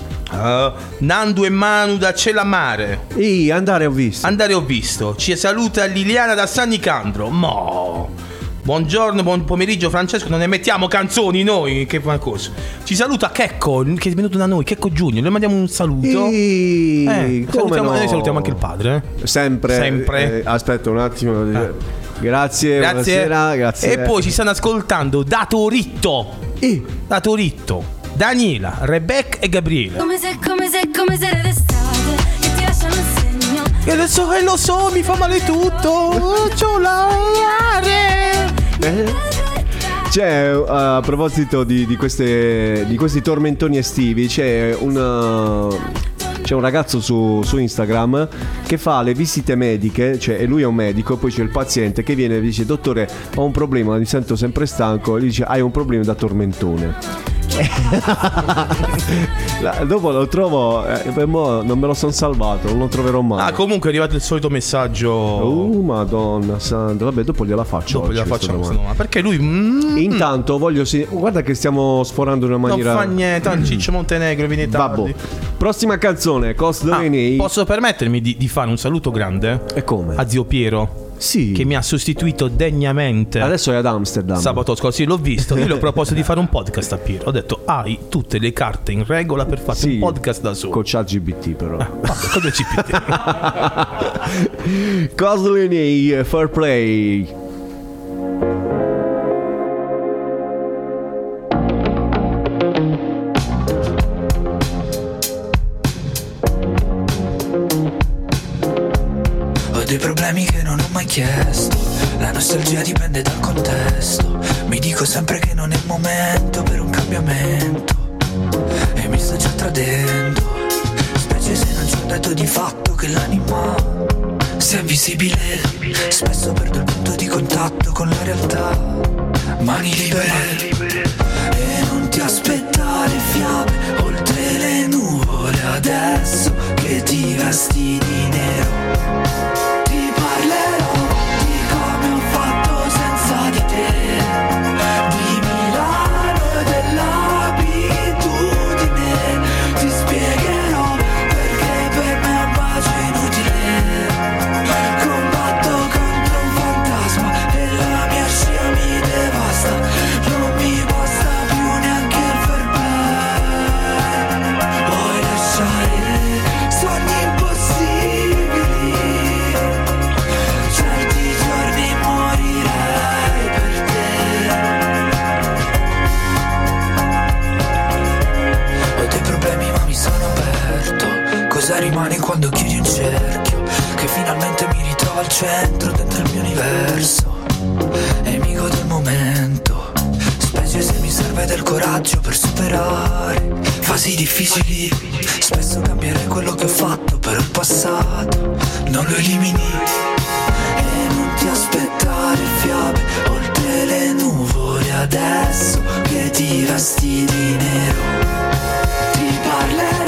Nando e Manu da Celamare. Andare ho visto. Ci saluta Liliana da San Nicandro. Buongiorno, buon pomeriggio Francesco. Non ne mettiamo canzoni noi, che cosa. Ci saluta Checco, che è venuto da noi, Checco Junior. Le mandiamo un saluto. Noi salutiamo anche il padre. Sempre. Aspetta un attimo. Grazie. Buonasera, grazie. E poi ci stanno ascoltando da Toritto. Daniela, Rebecca e Gabriele. Come se d'estate che ti lasciano il segno. E lo so, mi fa male tutto. C'ho l'aria. C'è a proposito di questi tormentoni estivi, c'è un ragazzo su Instagram che fa le visite mediche, cioè e lui è un medico, poi c'è il paziente che viene e dice: dottore, ho un problema, mi sento sempre stanco, e gli dice: hai un problema da tormentone. Dopo lo trovo, per mo non me lo sono salvato, non lo troverò mai. Comunque è arrivato il solito messaggio. Madonna santa. Vabbè, dopo gliela faccio. Dopo gliela facciamo questa domanda. Perché lui intanto voglio guarda che stiamo sforando in una maniera. Non fa niente, Ciccio Montenegro viene tardi. Prossima canzone, Cost Dominey. Posso permettermi di fare un saluto grande? E come? A zio Piero. Sì. Che mi ha sostituito degnamente. Adesso è ad Amsterdam. Sabato scorso, sì, l'ho visto. Io le ho proposto di fare un podcast a Piero. Ho detto, hai tutte le carte in regola per fare un podcast da solo. Con ChatGPT però. Con GPT. Coslini, Fair Play. Dei problemi che non ho mai chiesto. La nostalgia dipende dal contesto. Mi dico sempre che non è il momento per un cambiamento. E mi sto già tradendo, specie se non c'è un dato di fatto che l'anima sia invisibile. Spesso perdo il punto di contatto con la realtà. Mani libere. E non ti aspettare fiabe oltre le nuvole. Adesso che ti vesti di nero rimane quando chiudi un cerchio, che finalmente mi ritrovo al centro dentro il mio universo, nemico del momento, specie se mi serve del coraggio per superare fasi difficili. Spesso cambierei quello che ho fatto, però il passato non lo elimini. E non ti aspettare fiabe oltre le nuvole. Adesso che ti vesti di nero ti parlerò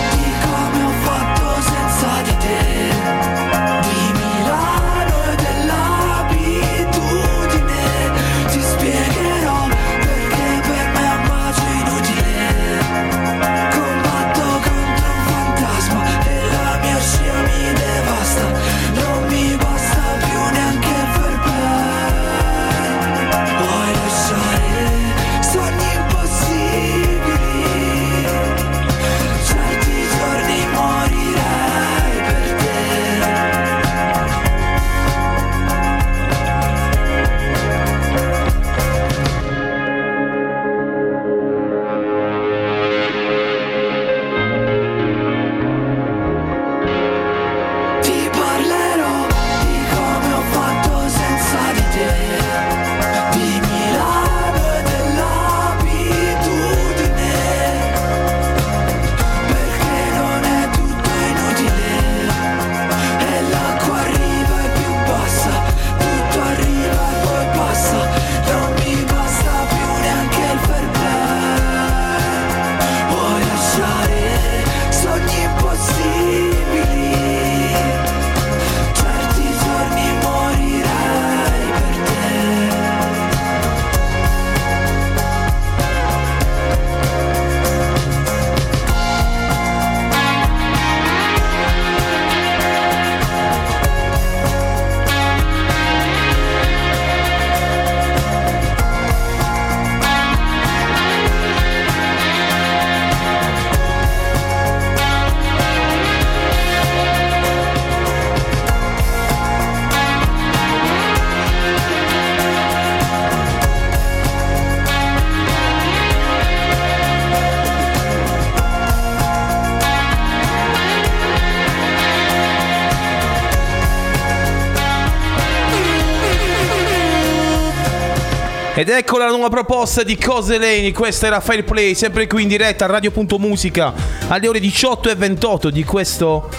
Ed ecco la nuova proposta di Coseleni. Questa era Fair Play, sempre qui in diretta a Radio.musica alle ore 18:28 di questo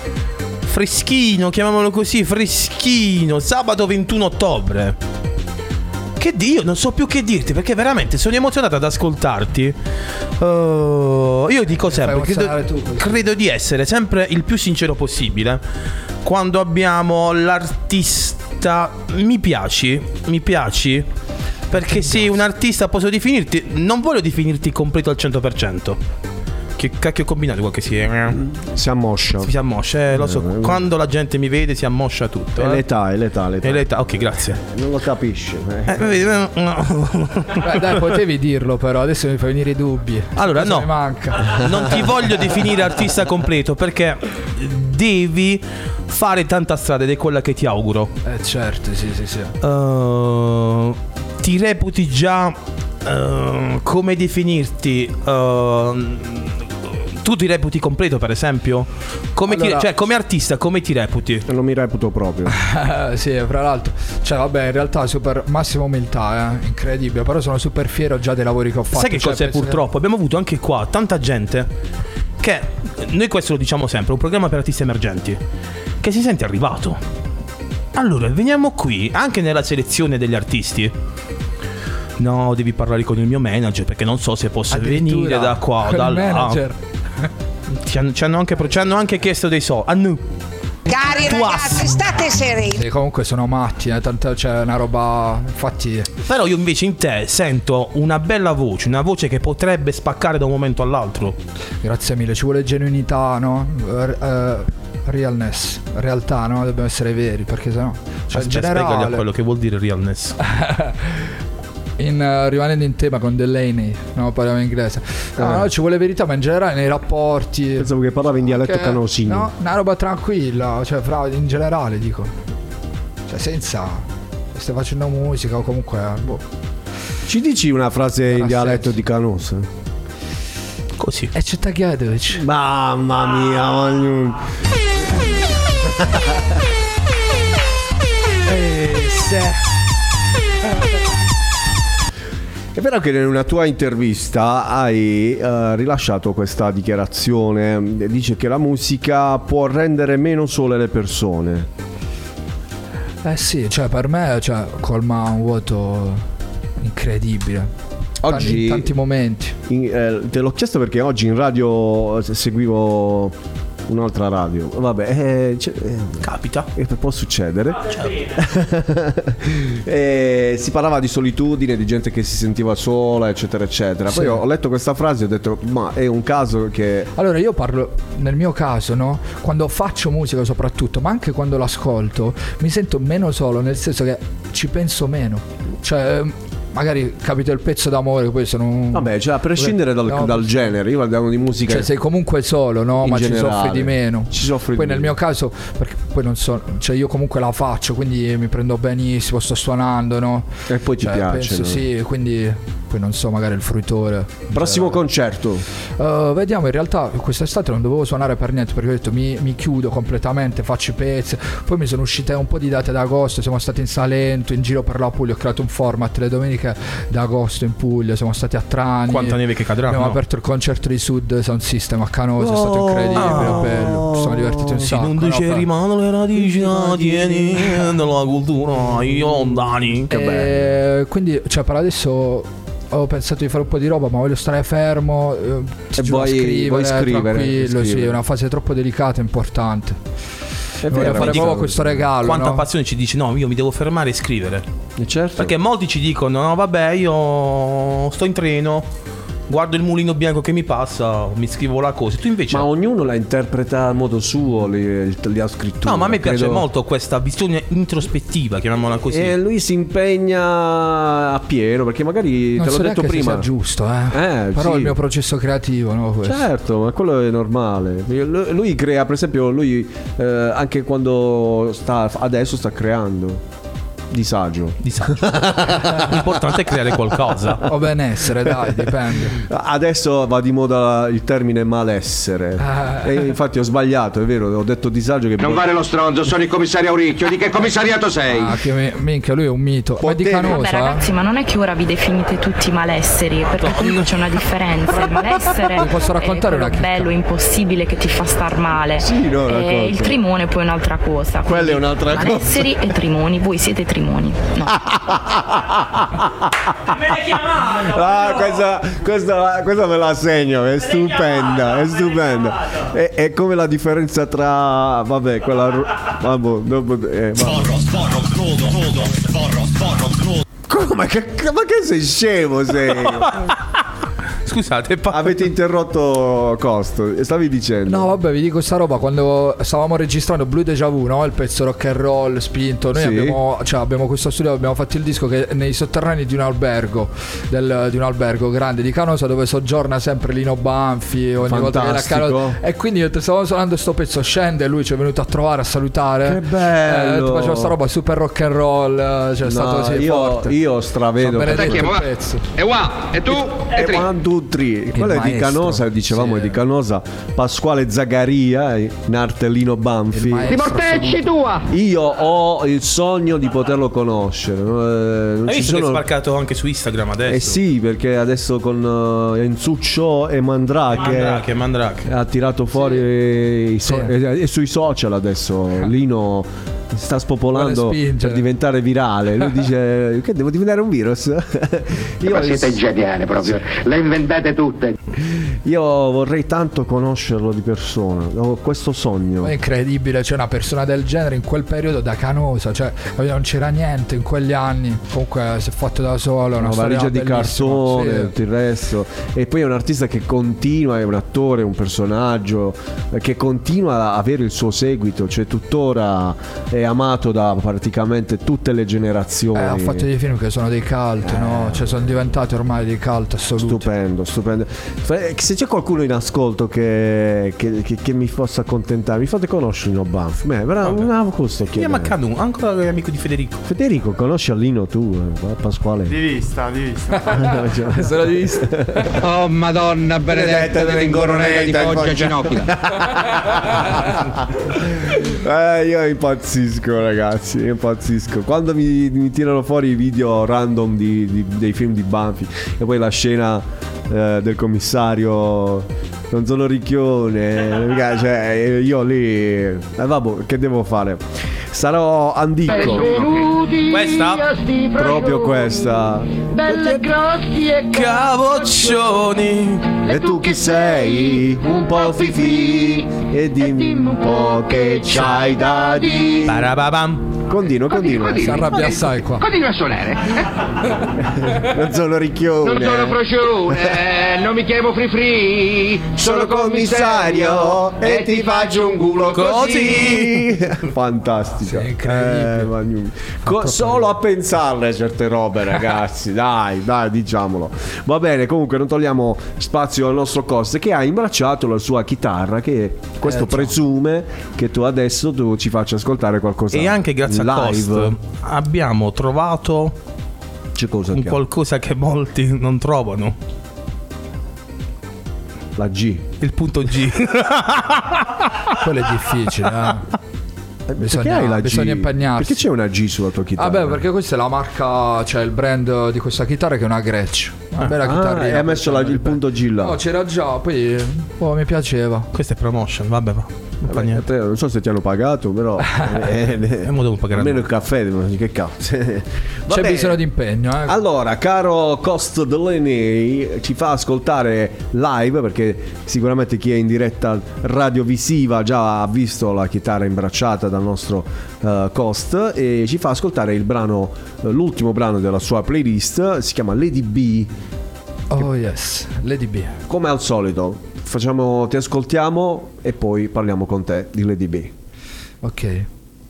freschino, chiamiamolo così, freschino, sabato 21 ottobre. Che Dio, non so più che dirti, perché veramente sono emozionato ad ascoltarti. Io dico sempre, credo di essere sempre il più sincero possibile quando abbiamo l'artista. Mi piaci, perché sei un artista, posso definirti, non voglio definirti completo al 100%. Che cacchio ho combinato qua che si ammoscia. Si ammoscia, lo so. Quando la gente mi vede si ammoscia tutto. È l'età. Ok, grazie. Non lo capisce. Dai, potevi dirlo, però adesso mi fai venire i dubbi. Allora, no, mi manca. non ti voglio definire artista completo, perché devi fare tanta strada ed è quella che ti auguro. Certo, sì. Ti reputi già come definirti? Tu ti reputi completo, per esempio? Come artista, come ti reputi? Non mi reputo proprio. Sì, fra l'altro. Cioè, vabbè, in realtà super massima umiltà, incredibile. Però sono super fiero già dei lavori che ho fatto. Sai che cos'è purtroppo? Abbiamo avuto anche qua tanta gente che, noi questo lo diciamo sempre, un programma per artisti emergenti, che si sente arrivato. Allora, veniamo qui, anche nella selezione degli artisti. No, devi parlare con il mio manager, perché non so se posso venire da qua o da là. Manager. Ci hanno anche chiesto dei soldi. Cari ragazzi, state sereni. Sì, comunque sono matti, tanto c'è una roba. Infatti. Però io invece in te sento una bella voce, una voce che potrebbe spaccare da un momento all'altro. Grazie mille, ci vuole genuinità, no? Realness, realtà, no? Dobbiamo essere veri, perché sennò. Cioè, in generale. Spiegagli a quello che vuol dire realness. Rimanendo in tema con Delaney, no, parliamo in inglese. No, ci vuole verità, ma in generale nei rapporti. Pensavo che parlava in dialetto canosino. No, una roba tranquilla, cioè in generale dico. Cioè senza. Stai facendo musica o comunque. Ci dici una frase in dialetto di Canosa? Così. E c'è Tagliadovic. Mamma mia, È vero che in una tua intervista hai rilasciato questa dichiarazione, dice che la musica può rendere meno sole le persone. Sì, cioè per me colma un vuoto incredibile. Oggi in tanti momenti. Te l'ho chiesto perché oggi in radio seguivo un'altra radio. Vabbè, capita. Può succedere. Si parlava di solitudine, di gente che si sentiva sola, eccetera, eccetera. Poi ho letto questa frase e ho detto, ma è un caso che. Allora io parlo nel mio caso, no? Quando faccio musica soprattutto, ma anche quando l'ascolto, mi sento meno solo, nel senso che ci penso meno. Cioè, magari capita il pezzo d'amore, poi sono. Vabbè, cioè a prescindere dal genere, io parliamo di musica. Cioè sei comunque solo, no? Ma generale, ci soffri di meno. Ci soffri poi di nel meno. mio caso, perché poi non so, cioè io comunque la faccio, quindi mi prendo benissimo, sto suonando, no? E poi ti piace. Penso, no? sì, quindi poi non so, magari il fruitore. Prossimo concerto. Vediamo, in realtà quest'estate non dovevo suonare per niente, perché ho detto mi chiudo completamente, faccio i pezzi. Poi mi sono uscite un po' di date d'agosto, siamo stati in Salento, in giro per la Puglia, ho creato un format le domeniche d'agosto in Puglia, siamo stati a Trani. Quanta neve che cadrà? Abbiamo aperto il concerto di Sud Sound System a Canosa, è stato incredibile, bello, ci siamo divertiti un sacco. Non dice rimane le radici, tieni nella cultura, io lontani. Che bello. Quindi, cioè, per adesso ho pensato di fare un po' di roba, ma voglio stare fermo e vuoi scrivere tranquillo, sì, è una fase troppo delicata e importante. Voglio fare proprio questo regalo. Quanta passione ci dici, no, io mi devo fermare e scrivere. Certo. Perché molti ci dicono, no vabbè, io sto in treno, guardo il mulino bianco che mi passa, mi scrivo la cosa. Tu invece. Ma ognuno la interpreta a modo suo, la scrittura. No, ma a me piace molto questa visione introspettiva, chiamiamola così. E lui si impegna a pieno, perché magari non te l'ho detto prima. Sia giusto, però sì. Il mio processo creativo, no? Questo. Certo, ma quello è normale. Lui crea, per esempio, anche quando adesso sta creando. Disagio. L'importante è creare qualcosa. O benessere, dai, dipende. Adesso va di moda il termine malessere. E infatti ho sbagliato, è vero, ho detto disagio. Che non fare lo stronzo, sono il commissario Auricchio. Di che commissariato sei? Che minchia, lui è un mito. Ma di Canosa. Vabbè ragazzi, ma non è che ora vi definite tutti malesseri, perché comunque c'è una differenza. Il malessere posso raccontare è quello bello, impossibile, che ti fa star male. Sì, no, il trimone poi è un'altra cosa. Quella è un'altra cosa. Malesseri e trimoni, voi siete trimoni. matrimoni. No. Me l'hai chiamato! Questa me la segno, è stupenda, è stupenda. È come la differenza tra, vabbè, quella, vabbè, dopo, come? Ma che sei scemo sei? Scusate, avete interrotto Costo, stavi dicendo? No, vabbè, vi dico sta roba. Quando stavamo registrando Blue Deja Vu, no? Il pezzo rock and roll spinto. Noi abbiamo questo studio, abbiamo fatto il disco che è nei sotterranei di un albergo, di un albergo grande di Canosa, dove soggiorna sempre Lino Banfi ogni volta che viene a Canosa. E quindi stavamo suonando sto pezzo, scende e lui ci è venuto a trovare, a salutare. Che bello! Faceva sta roba super rock and roll, cioè è stato così forte. Io stravedo il pezzo. E wow, e tu? E tu? Quello è di Canosa, dicevamo è di Canosa. Pasquale Zagaria, Nartellino Banfi. Ti mortecci tua! Io ho il sogno di poterlo conoscere. Hai visto che è sbarcato anche su Instagram adesso? Eh sì, perché adesso con Enzuccio e Mandrake ha tirato fuori e sui social adesso Lino sta spopolando per diventare virale. Lui dice che devo diventare un virus. Ma siete geniali proprio, le inventate tutte. Io vorrei tanto conoscerlo di persona, ho questo sogno. È incredibile, c'è una persona del genere in quel periodo da Canosa, cioè non c'era niente in quegli anni, comunque si è fatto da solo, una valigia di cartone, sì. tutto il resto. E poi è un artista che continua, è un attore, un personaggio che continua a avere il suo seguito, cioè tuttora è amato da praticamente tutte le generazioni. Ha fatto dei film che sono dei cult, no? Cioè sono diventati ormai dei cult assoluti. Stupendo. Se c'è qualcuno in ascolto che mi possa accontentare, mi fate conoscere Lino Banfi. Andiamo a Canu, ancora amico di Federico, conosci Lino tu, Pasquale? Di vista. Sono di vista. Oh madonna benedetta dell'ingoronella di Foggia Ginocchia. Io impazzisco, ragazzi, quando mi tirano fuori i video random dei film di Banfi e poi la scena del commissario, non sono ricchione, cioè io lì vabbè, che devo fare? Sarò Andico. Questa? Proprio questa. Belle grossi e Cavoccioni. E tu chi sei? Un po' fifì. E dimmi un po' che c'hai da dire. Parababam. Continua. Si arrabbia assai qua. Continua a suonare. Non sono ricchione. Non sono procione. Non mi chiamo Free. Sono commissario e ti faccio un culo così. Fantastica. Sì, incredibile. Solo a pensarle certe robe, ragazzi. Dai, diciamolo. Va bene, comunque non togliamo spazio al nostro Coste, che ha imbracciato la sua chitarra, che questo presume che tu adesso ci faccia ascoltare qualcosa. E anche grazie a live. Cost abbiamo trovato qualcosa che molti non trovano. La G. Il punto G. Quello è difficile, bisogna impegnarsi. Perché c'è una G sulla tua chitarra? Vabbè, perché questa è la marca, cioè il brand di questa chitarra, che è una Gretsch. Una bella chitarra. E ha messo il punto G là. No, c'era già, poi mi piaceva. Questa è promotion, vabbè, va. Non so se ti hanno pagato, però devo pagare almeno il caffè, che cazzo. C'è bisogno di impegno, Allora, caro Cost Delaney, ci fa ascoltare live, perché sicuramente chi è in diretta radiovisiva già ha visto la chitarra imbracciata dal nostro Cost, e ci fa ascoltare il brano, l'ultimo brano della sua playlist, si chiama Lady B. Oh yes, Lady B. Come al solito ti ascoltiamo e poi parliamo con te di Lady B. Ok.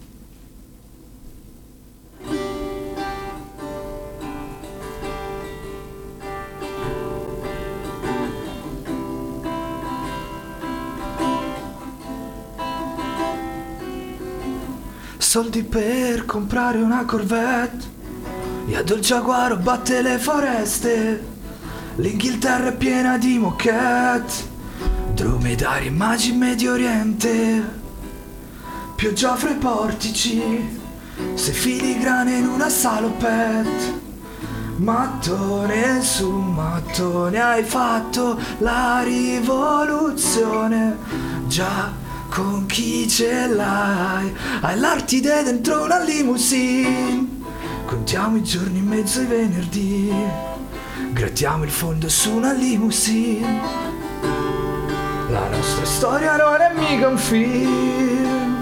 Soldi per comprare una Corvette, Iado il Giaguaro batte le foreste, l'Inghilterra è piena di moquette, dromedari e magi in Medio Oriente, pioggia fra i portici, sei filigrane in una salopette, mattone su mattone hai fatto la rivoluzione, già con chi ce l'hai, hai l'Artide dentro una limousine, Contiamo i giorni in mezzo ai venerdì, grattiamo il fondo su una limousine. La nostra storia non è mica un film,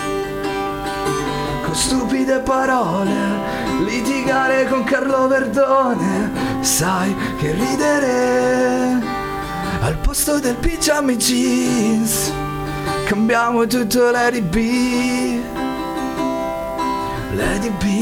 con stupide parole, litigare con Carlo Verdone. Sai che ridere al posto del pigiama e jeans, cambiamo tutto Lady B, Lady B.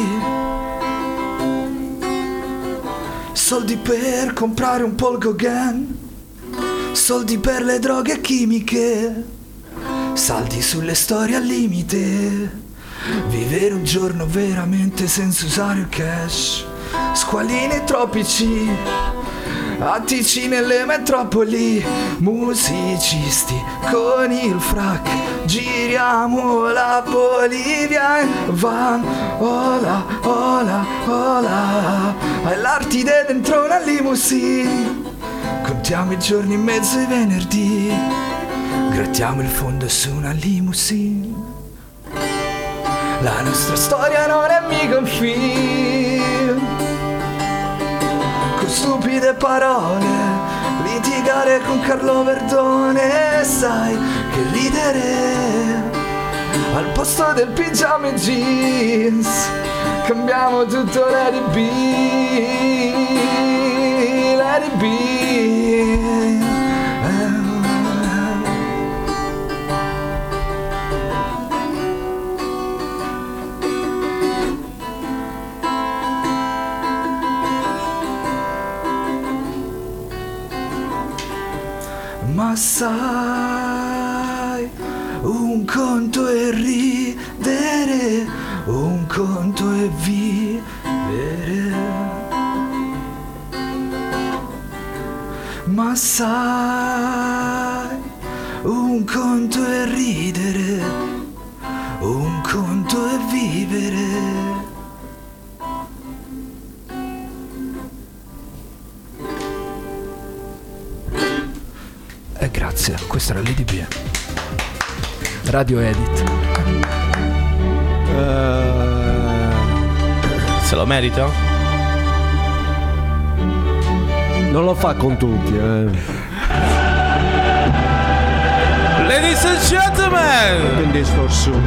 Soldi per comprare un Paul Gauguin, soldi per le droghe chimiche, saldi sulle storie al limite, vivere un giorno veramente senza usare il cash, squalini tropici, attici nelle metropoli, musicisti con il frac, giriamo la Bolivia in van, ola, ola, ola, hai l'Artide dentro una limousine, contiamo i giorni in mezzo ai venerdì, grattiamo il fondo su una limousine. La nostra storia non è mica un film, con stupide parole, litigare con Carlo Verdone. Sai che ridere al posto del pigiama e jeans, cambiamo tutto Lady B, Lady B. Ma sai, un conto è ridere, un conto è vivere. Ma sai, un conto è ridere, un conto è vivere. Grazie, questa era Lady B. Radio Edit. Se lo merita? Non lo fa con tutti, Ladies and gentlemen, in distorsione.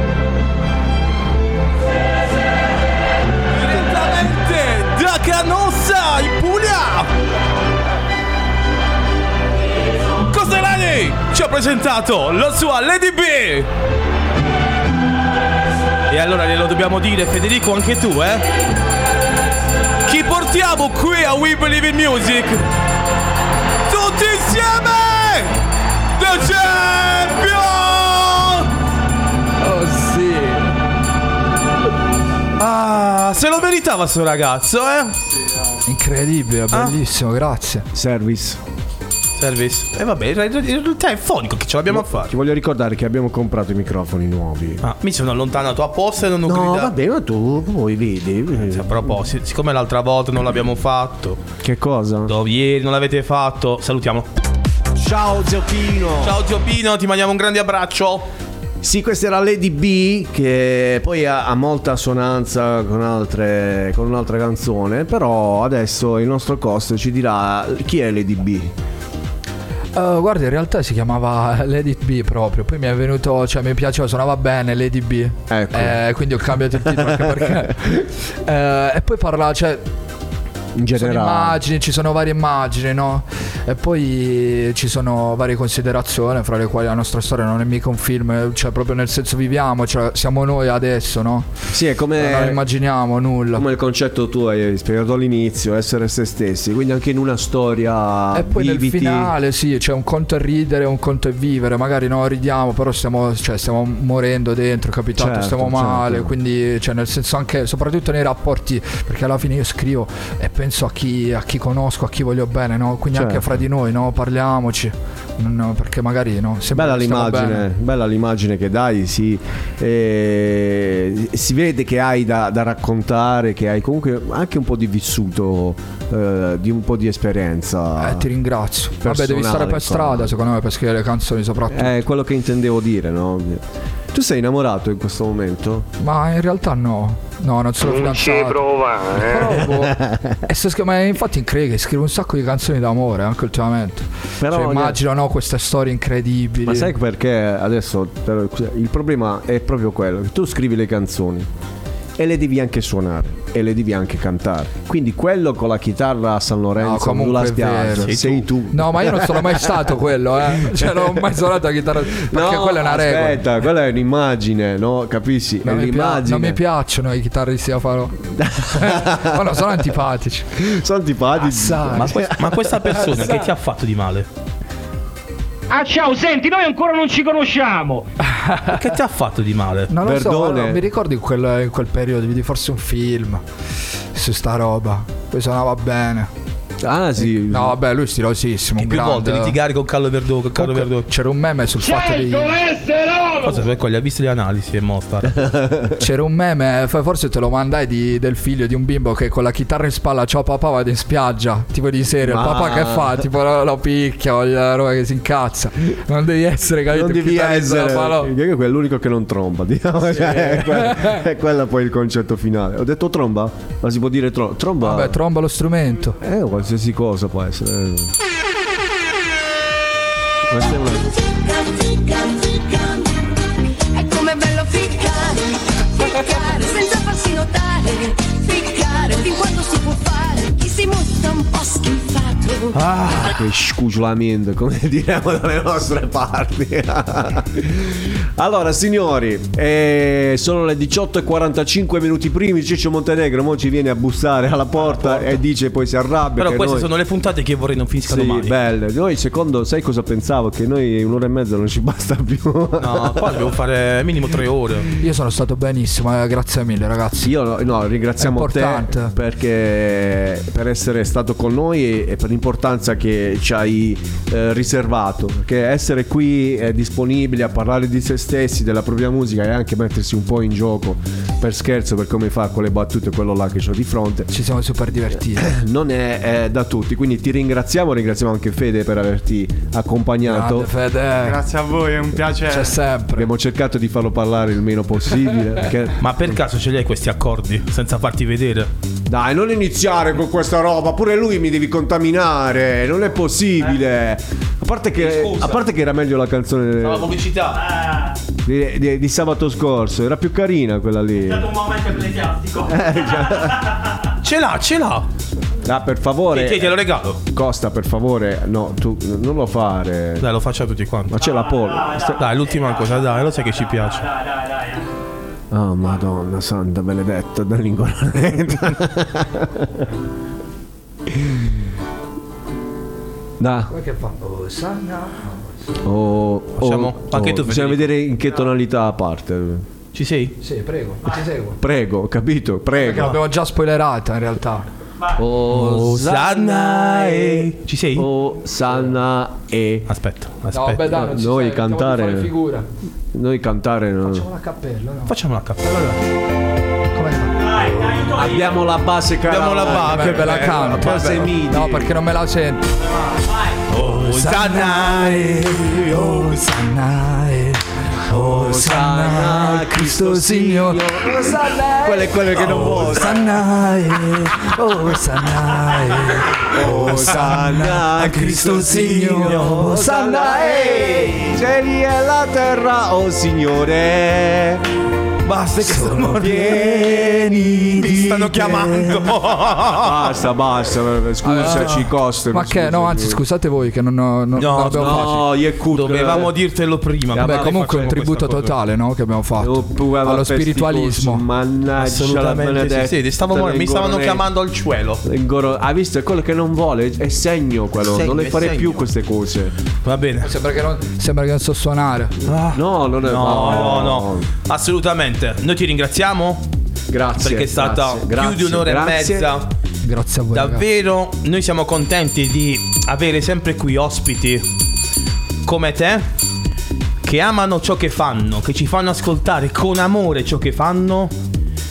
Direttamente da Canossa in Puglia, Costellani ci ha presentato la sua Lady B. E allora glielo dobbiamo dire, Federico, anche tu, Chi portiamo qui a We Believe in Music? Tutti insieme! The Champion! Oh sì! Ah, se lo meritava sto ragazzo, Incredibile, bellissimo, grazie. Service. E vabbè, in realtà è fonico che ce l'abbiamo a fare. Ti voglio ricordare che abbiamo comprato i microfoni nuovi. Mi sono allontanato apposta e non ho gridato. gridato. Vabbè, ma tu poi vedi. A proposito, siccome l'altra volta non l'abbiamo fatto. Che cosa? Ieri non l'avete fatto. Salutiamo. Ciao zio Pino. Ciao zio Pino, ti mandiamo un grande abbraccio. Sì, questa era Lady B, che poi ha molta assonanza con un'altra canzone. Però adesso il nostro Costa ci dirà chi è Lady B. Guarda, in realtà si chiamava Lady B proprio. Poi mi è venuto, cioè mi piaceva, suonava bene Lady B. Ecco. Quindi ho cambiato il titolo anche perché e poi parla, cioè in generale ci sono varie immagini, no? E poi ci sono varie considerazioni, fra le quali la nostra storia non è mica un film, cioè proprio nel senso viviamo, cioè siamo noi adesso, no? Sì, è come non immaginiamo nulla. Come il concetto tu hai spiegato all'inizio, essere se stessi, quindi anche in una storia e poi viviti. Nel finale sì, c'è un conto è ridere, un conto è vivere, magari no, ridiamo, però stiamo morendo dentro, capitato, certo, stiamo male, certo. Quindi cioè nel senso anche, soprattutto nei rapporti, perché alla fine io scrivo e penso a chi conosco, a chi voglio bene, no? Quindi certo. Anche fra di noi, no? Parliamoci, no, perché magari no, bella l'immagine che dai, si vede che hai da raccontare, che hai comunque anche un po' di vissuto, di un po' di esperienza. Ti ringrazio. Vabbè, devi stare per strada, secondo me, per scrivere le canzoni soprattutto. È quello che intendevo dire, no? Tu sei innamorato in questo momento? Ma in realtà no. No, non sono Non ci fidanzato. prova, Ma infatti in Craig scrive un sacco di canzoni d'amore anche ultimamente. Però, cioè, immagino queste storie incredibili. Ma sai perché adesso il problema è proprio quello, che tu scrivi le canzoni e le devi anche suonare e le devi anche cantare. Quindi quello con la chitarra a San Lorenzo sulla spiaggia sei tu. No, ma io non sono mai stato quello, Cioè non ho mai suonato la chitarra. Perché quella è una regola. Aspetta, quella è un'immagine, no? Capisci? Non, è l'immagine. Non mi piacciono i chitarristi da farò. Ma no, sono antipatici. Sono antipatici. Ma questa persona che ti ha fatto di male? Ah, ciao, senti, noi ancora non ci conosciamo. Che ti ha fatto di male? Non lo so, mi ricordo in quel periodo vidi forse un film su sta roba. Poi suonava bene. Ah sì. No, vabbè, lui è stilosissimo. Più volte litigare con Carlo Verdone. C'era un meme sul fatto di cosa poi gli ha visto le analisi e mostra. C'era un meme, forse te lo mandai del figlio di un bimbo che con la chitarra in spalla, ciao papà, vado in spiaggia, tipo di serie. Il papà che fa? Tipo lo picchia o la roba che si incazza. Non devi essere, capito? Non devi essere. Io è l'unico che non tromba, diciamo. Sì. È quella poi il concetto finale. Ho detto tromba? Ma si può dire tromba? Vabbè, tromba lo strumento. Qualsiasi cosa può essere. Questa è una... È come bello ficcare senza farsi notare, ficcare fin quando si può fare, chi si mostra un po' schifato. Che scuciolamento, come diremo dalle nostre parti. Allora signori, sono le 18:45 minuti primi. Ciccio Montenegro mo ci viene a bussare alla porta e dice, poi si arrabbia. Però queste sono le puntate che vorrei non finiscano mai. Sì, belle. Noi secondo, sai cosa pensavo? Che noi 1 ora e mezza non ci basta più. No, qua dobbiamo fare minimo 3 ore. Io sono stato benissimo, grazie mille ragazzi. Io ringraziamo te perché per essere stato con noi e per l'importanza che ci hai riservato, perché essere qui disponibili a parlare di se stessi, della propria musica e anche mettersi un po' in gioco per scherzo, per come fa con le battute quello là che c'ho di fronte, ci siamo super divertiti. Non è da tutti, quindi ti ringraziamo anche Fede per averti accompagnato. Grande Fede. Grazie a voi, è un piacere. C'è sempre. Abbiamo cercato di farlo parlare il meno possibile perché... Ma per caso ce li hai questi accordi senza farti vedere? Dai, non iniziare con questa roba, pure lui mi devi contaminare, non è possibile. A parte che era meglio la canzone la pubblicità di sabato scorso, era più carina quella lì. È stato un momento ecclesiastico. Ce l'ha. Ah, per favore. Te lo regalo. Costa, per favore. No, tu non lo fare. Dai, lo faccio a tutti quanti. Ma c'è la Polo. Dai, l'ultima cosa, dai, lo sai che ci piace. Dai. Oh, Madonna santa benedetta dall'ingornetta. Dai. Come che fa? Anche tu bisogna vedere in che tonalità a parte. Ci sei? Sì, prego, ti seguo. Prego, capito? Prego. Perché l'abbiamo già spoilerata in realtà. Osanna e... Ci sei? Osanna e... Aspetta. No, beh, dai, non noi sei, cantare... figura. Noi cantare... Facciamo la cappella, no? Facciamo la cappella. Come fa? Abbiamo la base cara. Abbiamo la base. Ve la canto. No, perché non me la sento. Osanna e... Osanna, Cristo Signore. Quelle che non vuoi. Osanna, Cristo Signore. Osanna, cieli e la terra, oh Signore. Basta che sono pieni. Ti stanno chiamando. Basta. Scusaci, costa. Ma che? No, anzi, scusate voi che non abbiamo fatto. Dovevamo dirtelo prima. Vabbè, comunque è un tributo totale, no? Che abbiamo fatto allo spiritualismo. Mannaggia, mi stavano chiamando al cielo. Ha visto? È quello che non vuole. È segno quello. Non le fare più queste cose. Va bene. Sembra che non so suonare. No, non è. No. Assolutamente. Noi ti ringraziamo. Grazie. Perché è stata più di 1 ora e mezza. Grazie a voi. Davvero, noi siamo contenti di avere sempre qui ospiti come te, che amano ciò che fanno, che ci fanno ascoltare con amore ciò che fanno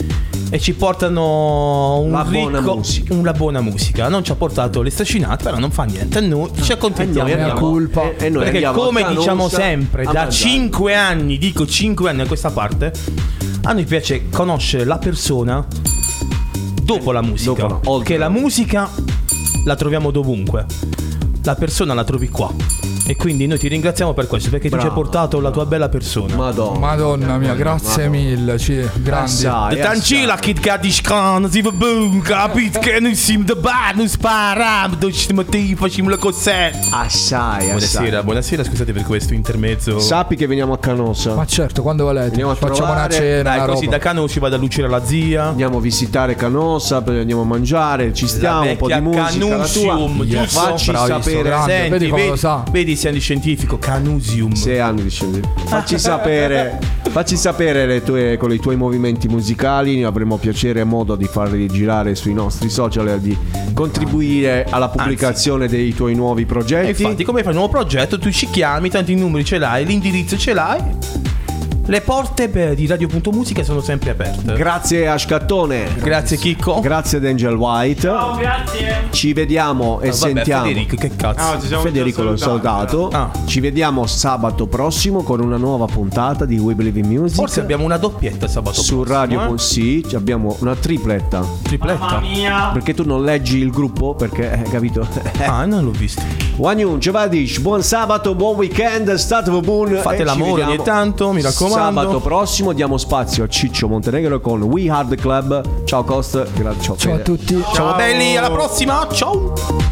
e ci portano una buona musica. Non ci ha portato le stacinate, però non fa niente. Noi ci accontentiamo. È colpa. Perché come diciamo sempre, da 5 anni, dico 5 anni a questa parte, a noi piace conoscere la persona dopo la musica. Perché la musica la troviamo dovunque, la persona la trovi qua. E quindi noi ti ringraziamo per questo, perché tu ci hai portato la tua bella persona. Madonna mia, grazie mille. Grandi. Tancila Kit Kadishkan, si va boom, capito che noi siamo da bar, noi spariamo, facciamo le cose. Assai. Buonasera, scusate per questo intermezzo. Sappi che veniamo a Canossa. Ma certo, quando volete. Facciamo una cena. Dai, così da Canossa si va da lucire la zia. Andiamo a visitare Canossa, poi andiamo a mangiare, ci stiamo, un po' di musica. Canusium, giusto? Facci sapere. Senti, vedi sia di scientifico, Canusium. 6 anni di scientifico. Facci sapere con i tuoi movimenti musicali. Avremo piacere e modo di farli girare sui nostri social e di contribuire alla pubblicazione dei tuoi nuovi progetti. E infatti, come fai un nuovo progetto, tu ci chiami, tanti numeri ce l'hai, l'indirizzo ce l'hai. Le porte di Radio.Musica sono sempre aperte. Grazie a Scattone. Grazie Chicco. Grazie ad Angel White. Ciao, grazie. Ci vediamo e sentiamo. Federico, che cazzo? Federico l'ho salutato. Ci vediamo sabato prossimo con una nuova puntata di We Believe in Music. Forse abbiamo una doppietta sabato su prossimo. Radio sì, abbiamo una tripletta. Mamma mia. Perché tu non leggi il gruppo? Perché capito? Non l'ho visto. Wanyun, Cevadic, buon sabato, buon weekend, statevo buon. Fate l'amore ogni tanto, mi raccomando. Sabato prossimo diamo spazio a Ciccio Montenegro con We Hard Club. Ciao Cost, grazie. Ciao a tutti. Ciao belli, alla prossima. Ciao.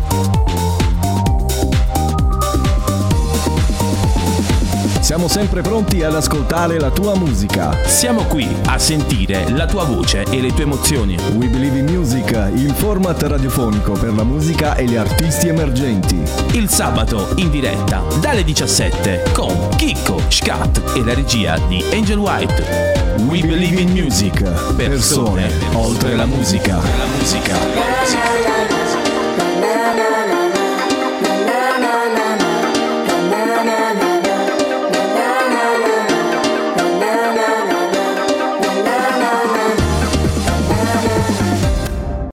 Siamo sempre pronti ad ascoltare la tua musica. Siamo qui a sentire la tua voce e le tue emozioni. We Believe in Music, il format radiofonico per la musica e gli artisti emergenti. Il sabato in diretta dalle 17 con Chicco, Scat e la regia di Angel White. We Believe in Music, persone oltre la musica.